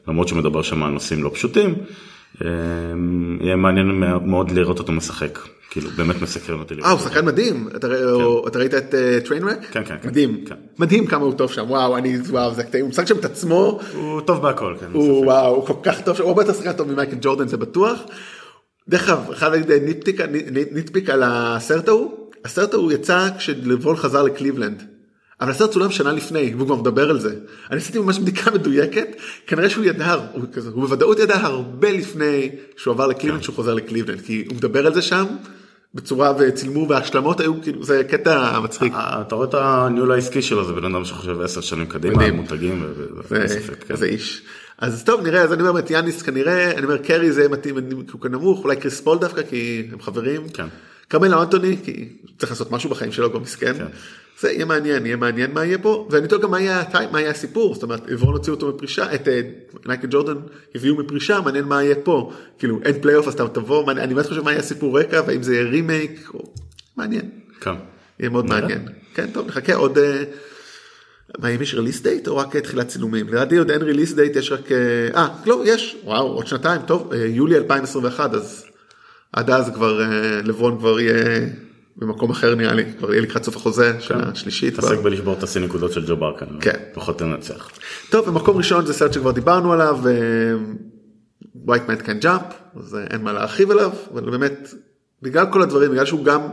למרות שהוא מדבר שם על נושאים לא פשוטים, יהיה מעניין מאוד לראות אותו משחק. כאילו, באמת מסקרן אותי.
אה, הוא שחקן מדהים. אתה ראית את טריינרק?
כן, כן.
מדהים. מדהים כמה הוא טוב שם. וואו, אני, וואו, זה קטעים. הוא משחק שם את עצמו.
הוא טוב בהכל, כן.
הוא, וואו, הוא כל כך טוב. הוא הרבה יותר שחקן טוב ממייקל ג'ורדן, זה בטוח. דרך אגב, אחד ניטפיק על הסרט ההוא. הסרט ההוא יצא כשלברון חזר לקליבלנד. אבל הסרט צולם שנה לפני, והוא כבר מדבר על זה. אני עשיתי ממש בדיקה מדויקת, כנראה שהוא ידע, הוא, כזה, הוא בוודאות ידע הרבה לפני שהוא עבר לקליבלנד, שהוא חוזר לקליבלנד, כי הוא מדבר על זה שם, בצורה וצילמו והשלמות היו, כאילו, זה קטע מצחיק.
אתה רואה את הניהול העסקי שלו, זה בן אדם שחושב עשר שנים קדימה, מותגים,
זה איש. אז טוב, נראה, אז אני אומר, את יאניס כנראה, אני אומר, קרי זה מתאים, הוא כנמוך, אולי קריס פול דווקא, כי הם חברים. כן. קרמלו אנטוני, כי צריך לעשות משהו בחיים שלו, גם מסכן. זה יהיה מעניין, יהיה מעניין מה יהיה פה, ואני תוהה גם מה יהיה הטייפ, מה יהיה הסיפור, זאת אומרת, לברון הוציאו אותו מפרישה, את מייקל ג'ורדן הביאו מפרישה, מעניין מה יהיה פה, כאילו אין פלייאוף, אז אתה תבוא, אני באמת חושב מה יהיה הסיפור רקע, והאם זה יהיה רימייק, מעניין. כן. יהיה מאוד מעניין. כן, טוב, נחכה עוד, מה, אם יש ריליס דייט או רק תחילת צילומים? לדעתי עוד אין ריליס דייט, יש רק, אה, לא, יש, וואו, עוד שנתיים, טוב, יולי אלפיים עשרים ואחת, אז עד אז כבר, לברון כבר יהיה במקום אחר נראה לי, כבר יהיה לקראת סוף החוזה של השלישית.
תעסק בלשבור את עשי נקודות של ג'ו ברקן, פחות תנצח.
טוב, במקום ראשון זה סרט שכבר דיברנו עליו, White Man Can't Jump, אז אין מה להרחיב עליו, אבל באמת, בגלל כל הדברים, בגלל שהוא גם,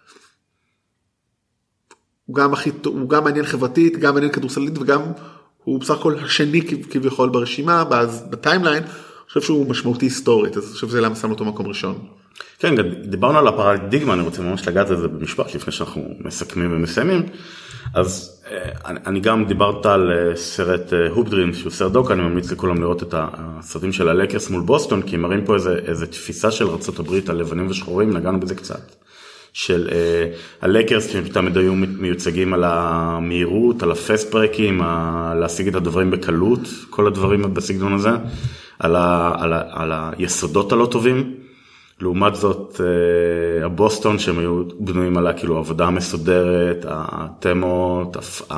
הוא גם הכי, הוא גם מעניין חברתית, גם מעניין כדורסלית, וגם הוא בסך הכל השני כביכול ברשימה, אז בטיימליין, אני חושב שהוא משמעותי היסטורית, אז אני חושב שזה למה שמנו אותו מקום ראשון.
כן, דיברנו על הפרדיגמה, אני רוצה ממש לגעת על זה במשפט, לפני שאנחנו מסכמים ומסיימים, אז אני גם דיברת על סרט הופ דרימס, שהוא סרט דוק, אני ממליץ לכולם לראות את הסרטים של הלקרס מול בוסטון, כי הם מראים פה איזה, איזה תפיסה של ארצות הברית על לבנים ושחורים, נגענו בזה קצת, של הלקרס, שתמיד היו מיוצגים על המהירות, על הפסט ברקים, להשיג את הדברים בקלות, כל הדברים בסגנון הזה, על, ה, על, ה, על היסודות הלא טובים, לעומת זאת, הבוסטון שהם היו בנויים עליה, כאילו העבודה המסודרת, התמות,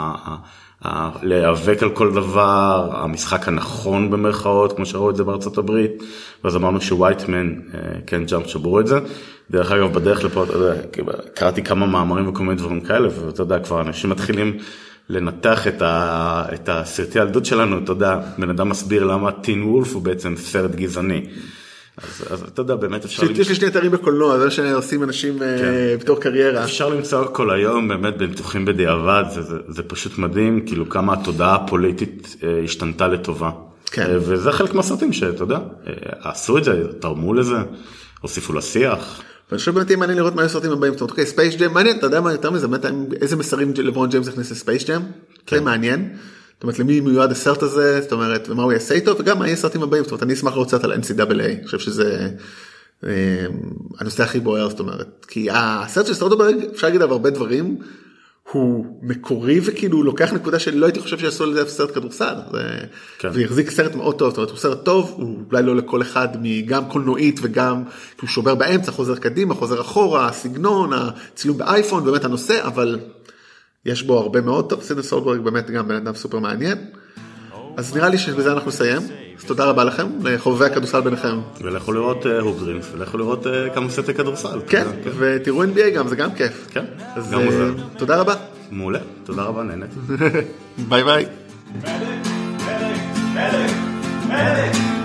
להיאבק על כל דבר, המשחק הנכון במרכאות, כמו שראו את זה בארצות הברית, ואז אמרנו שווייטמן כן ג'אמפ שברו את זה. דרך אגב, בדרך לפה, קראתי כמה מאמרים וכל מיני דברים כאלה, ואתה יודע, כבר אנשים מתחילים לנתח את, ה, את הסרטי הילדות שלנו, אתה יודע, בן אדם מסביר למה טין וולף הוא בעצם סרט גזעני. אז, אז אתה יודע, באמת אפשר...
יש לי שני אתרים בקולנוע, זה שעושים אנשים בתור קריירה.
אפשר למצוא כל היום, באמת, בניתוחים בדיעבד, זה, זה, זה פשוט מדהים, כאילו כמה התודעה הפוליטית השתנתה לטובה. כן. וזה חלק מהסרטים שאתה יודע, עשו את זה, תרמו לזה, הוסיפו לשיח.
ואני חושב באמת מעניין לראות מה היו סרטים הבאים, זאת אומרת, אוקיי, ספייס ג'ם, מעניין, אתה יודע מה יותר מזה, איזה מסרים לברון ג'יימס הכניס לספייס ג'ם? זה מעניין. זאת אומרת, למי מיועד הסרט הזה, זאת אומרת, ומה הוא יעשה איתו, וגם מה יהיה סרטים הבאים, זאת אומרת, אני אשמח לראות קצת על אן סי דאבל איי, אני חושב שזה הנושא הכי בוער, זאת אומרת, כי הסרט של סטרודברג, אפשר להגיד עליו הרבה דברים, הוא מקורי וכאילו הוא לוקח נקודה שלא הייתי חושב שיעשו לזה סרט כדורסל, ויחזיק סרט מאוד טוב, זאת אומרת, הוא סרט טוב, הוא אולי לא לכל אחד, גם קולנועית וגם, הוא שובר באמצע, חוזר קדימה, חוזר אחורה, הסגנון, הצילום באייפון, באמת הנושא, אבל יש בו הרבה מאוד טוב, סטיבן סולברג באמת גם בן אדם סופר מעניין, אז נראה לי שבזה אנחנו נסיים, אז תודה רבה לכם, לחובבי הכדורסל ביניכם.
ולכו לראות הופ דרימס, ולכו לראות כמה סרטי כדורסל.
כן, ותראו אן בי איי גם, זה גם כיף.
כן,
גם עוזר. תודה רבה.
מעולה, תודה רבה, נהנית.
ביי ביי.
Medic, medic, medic, medic.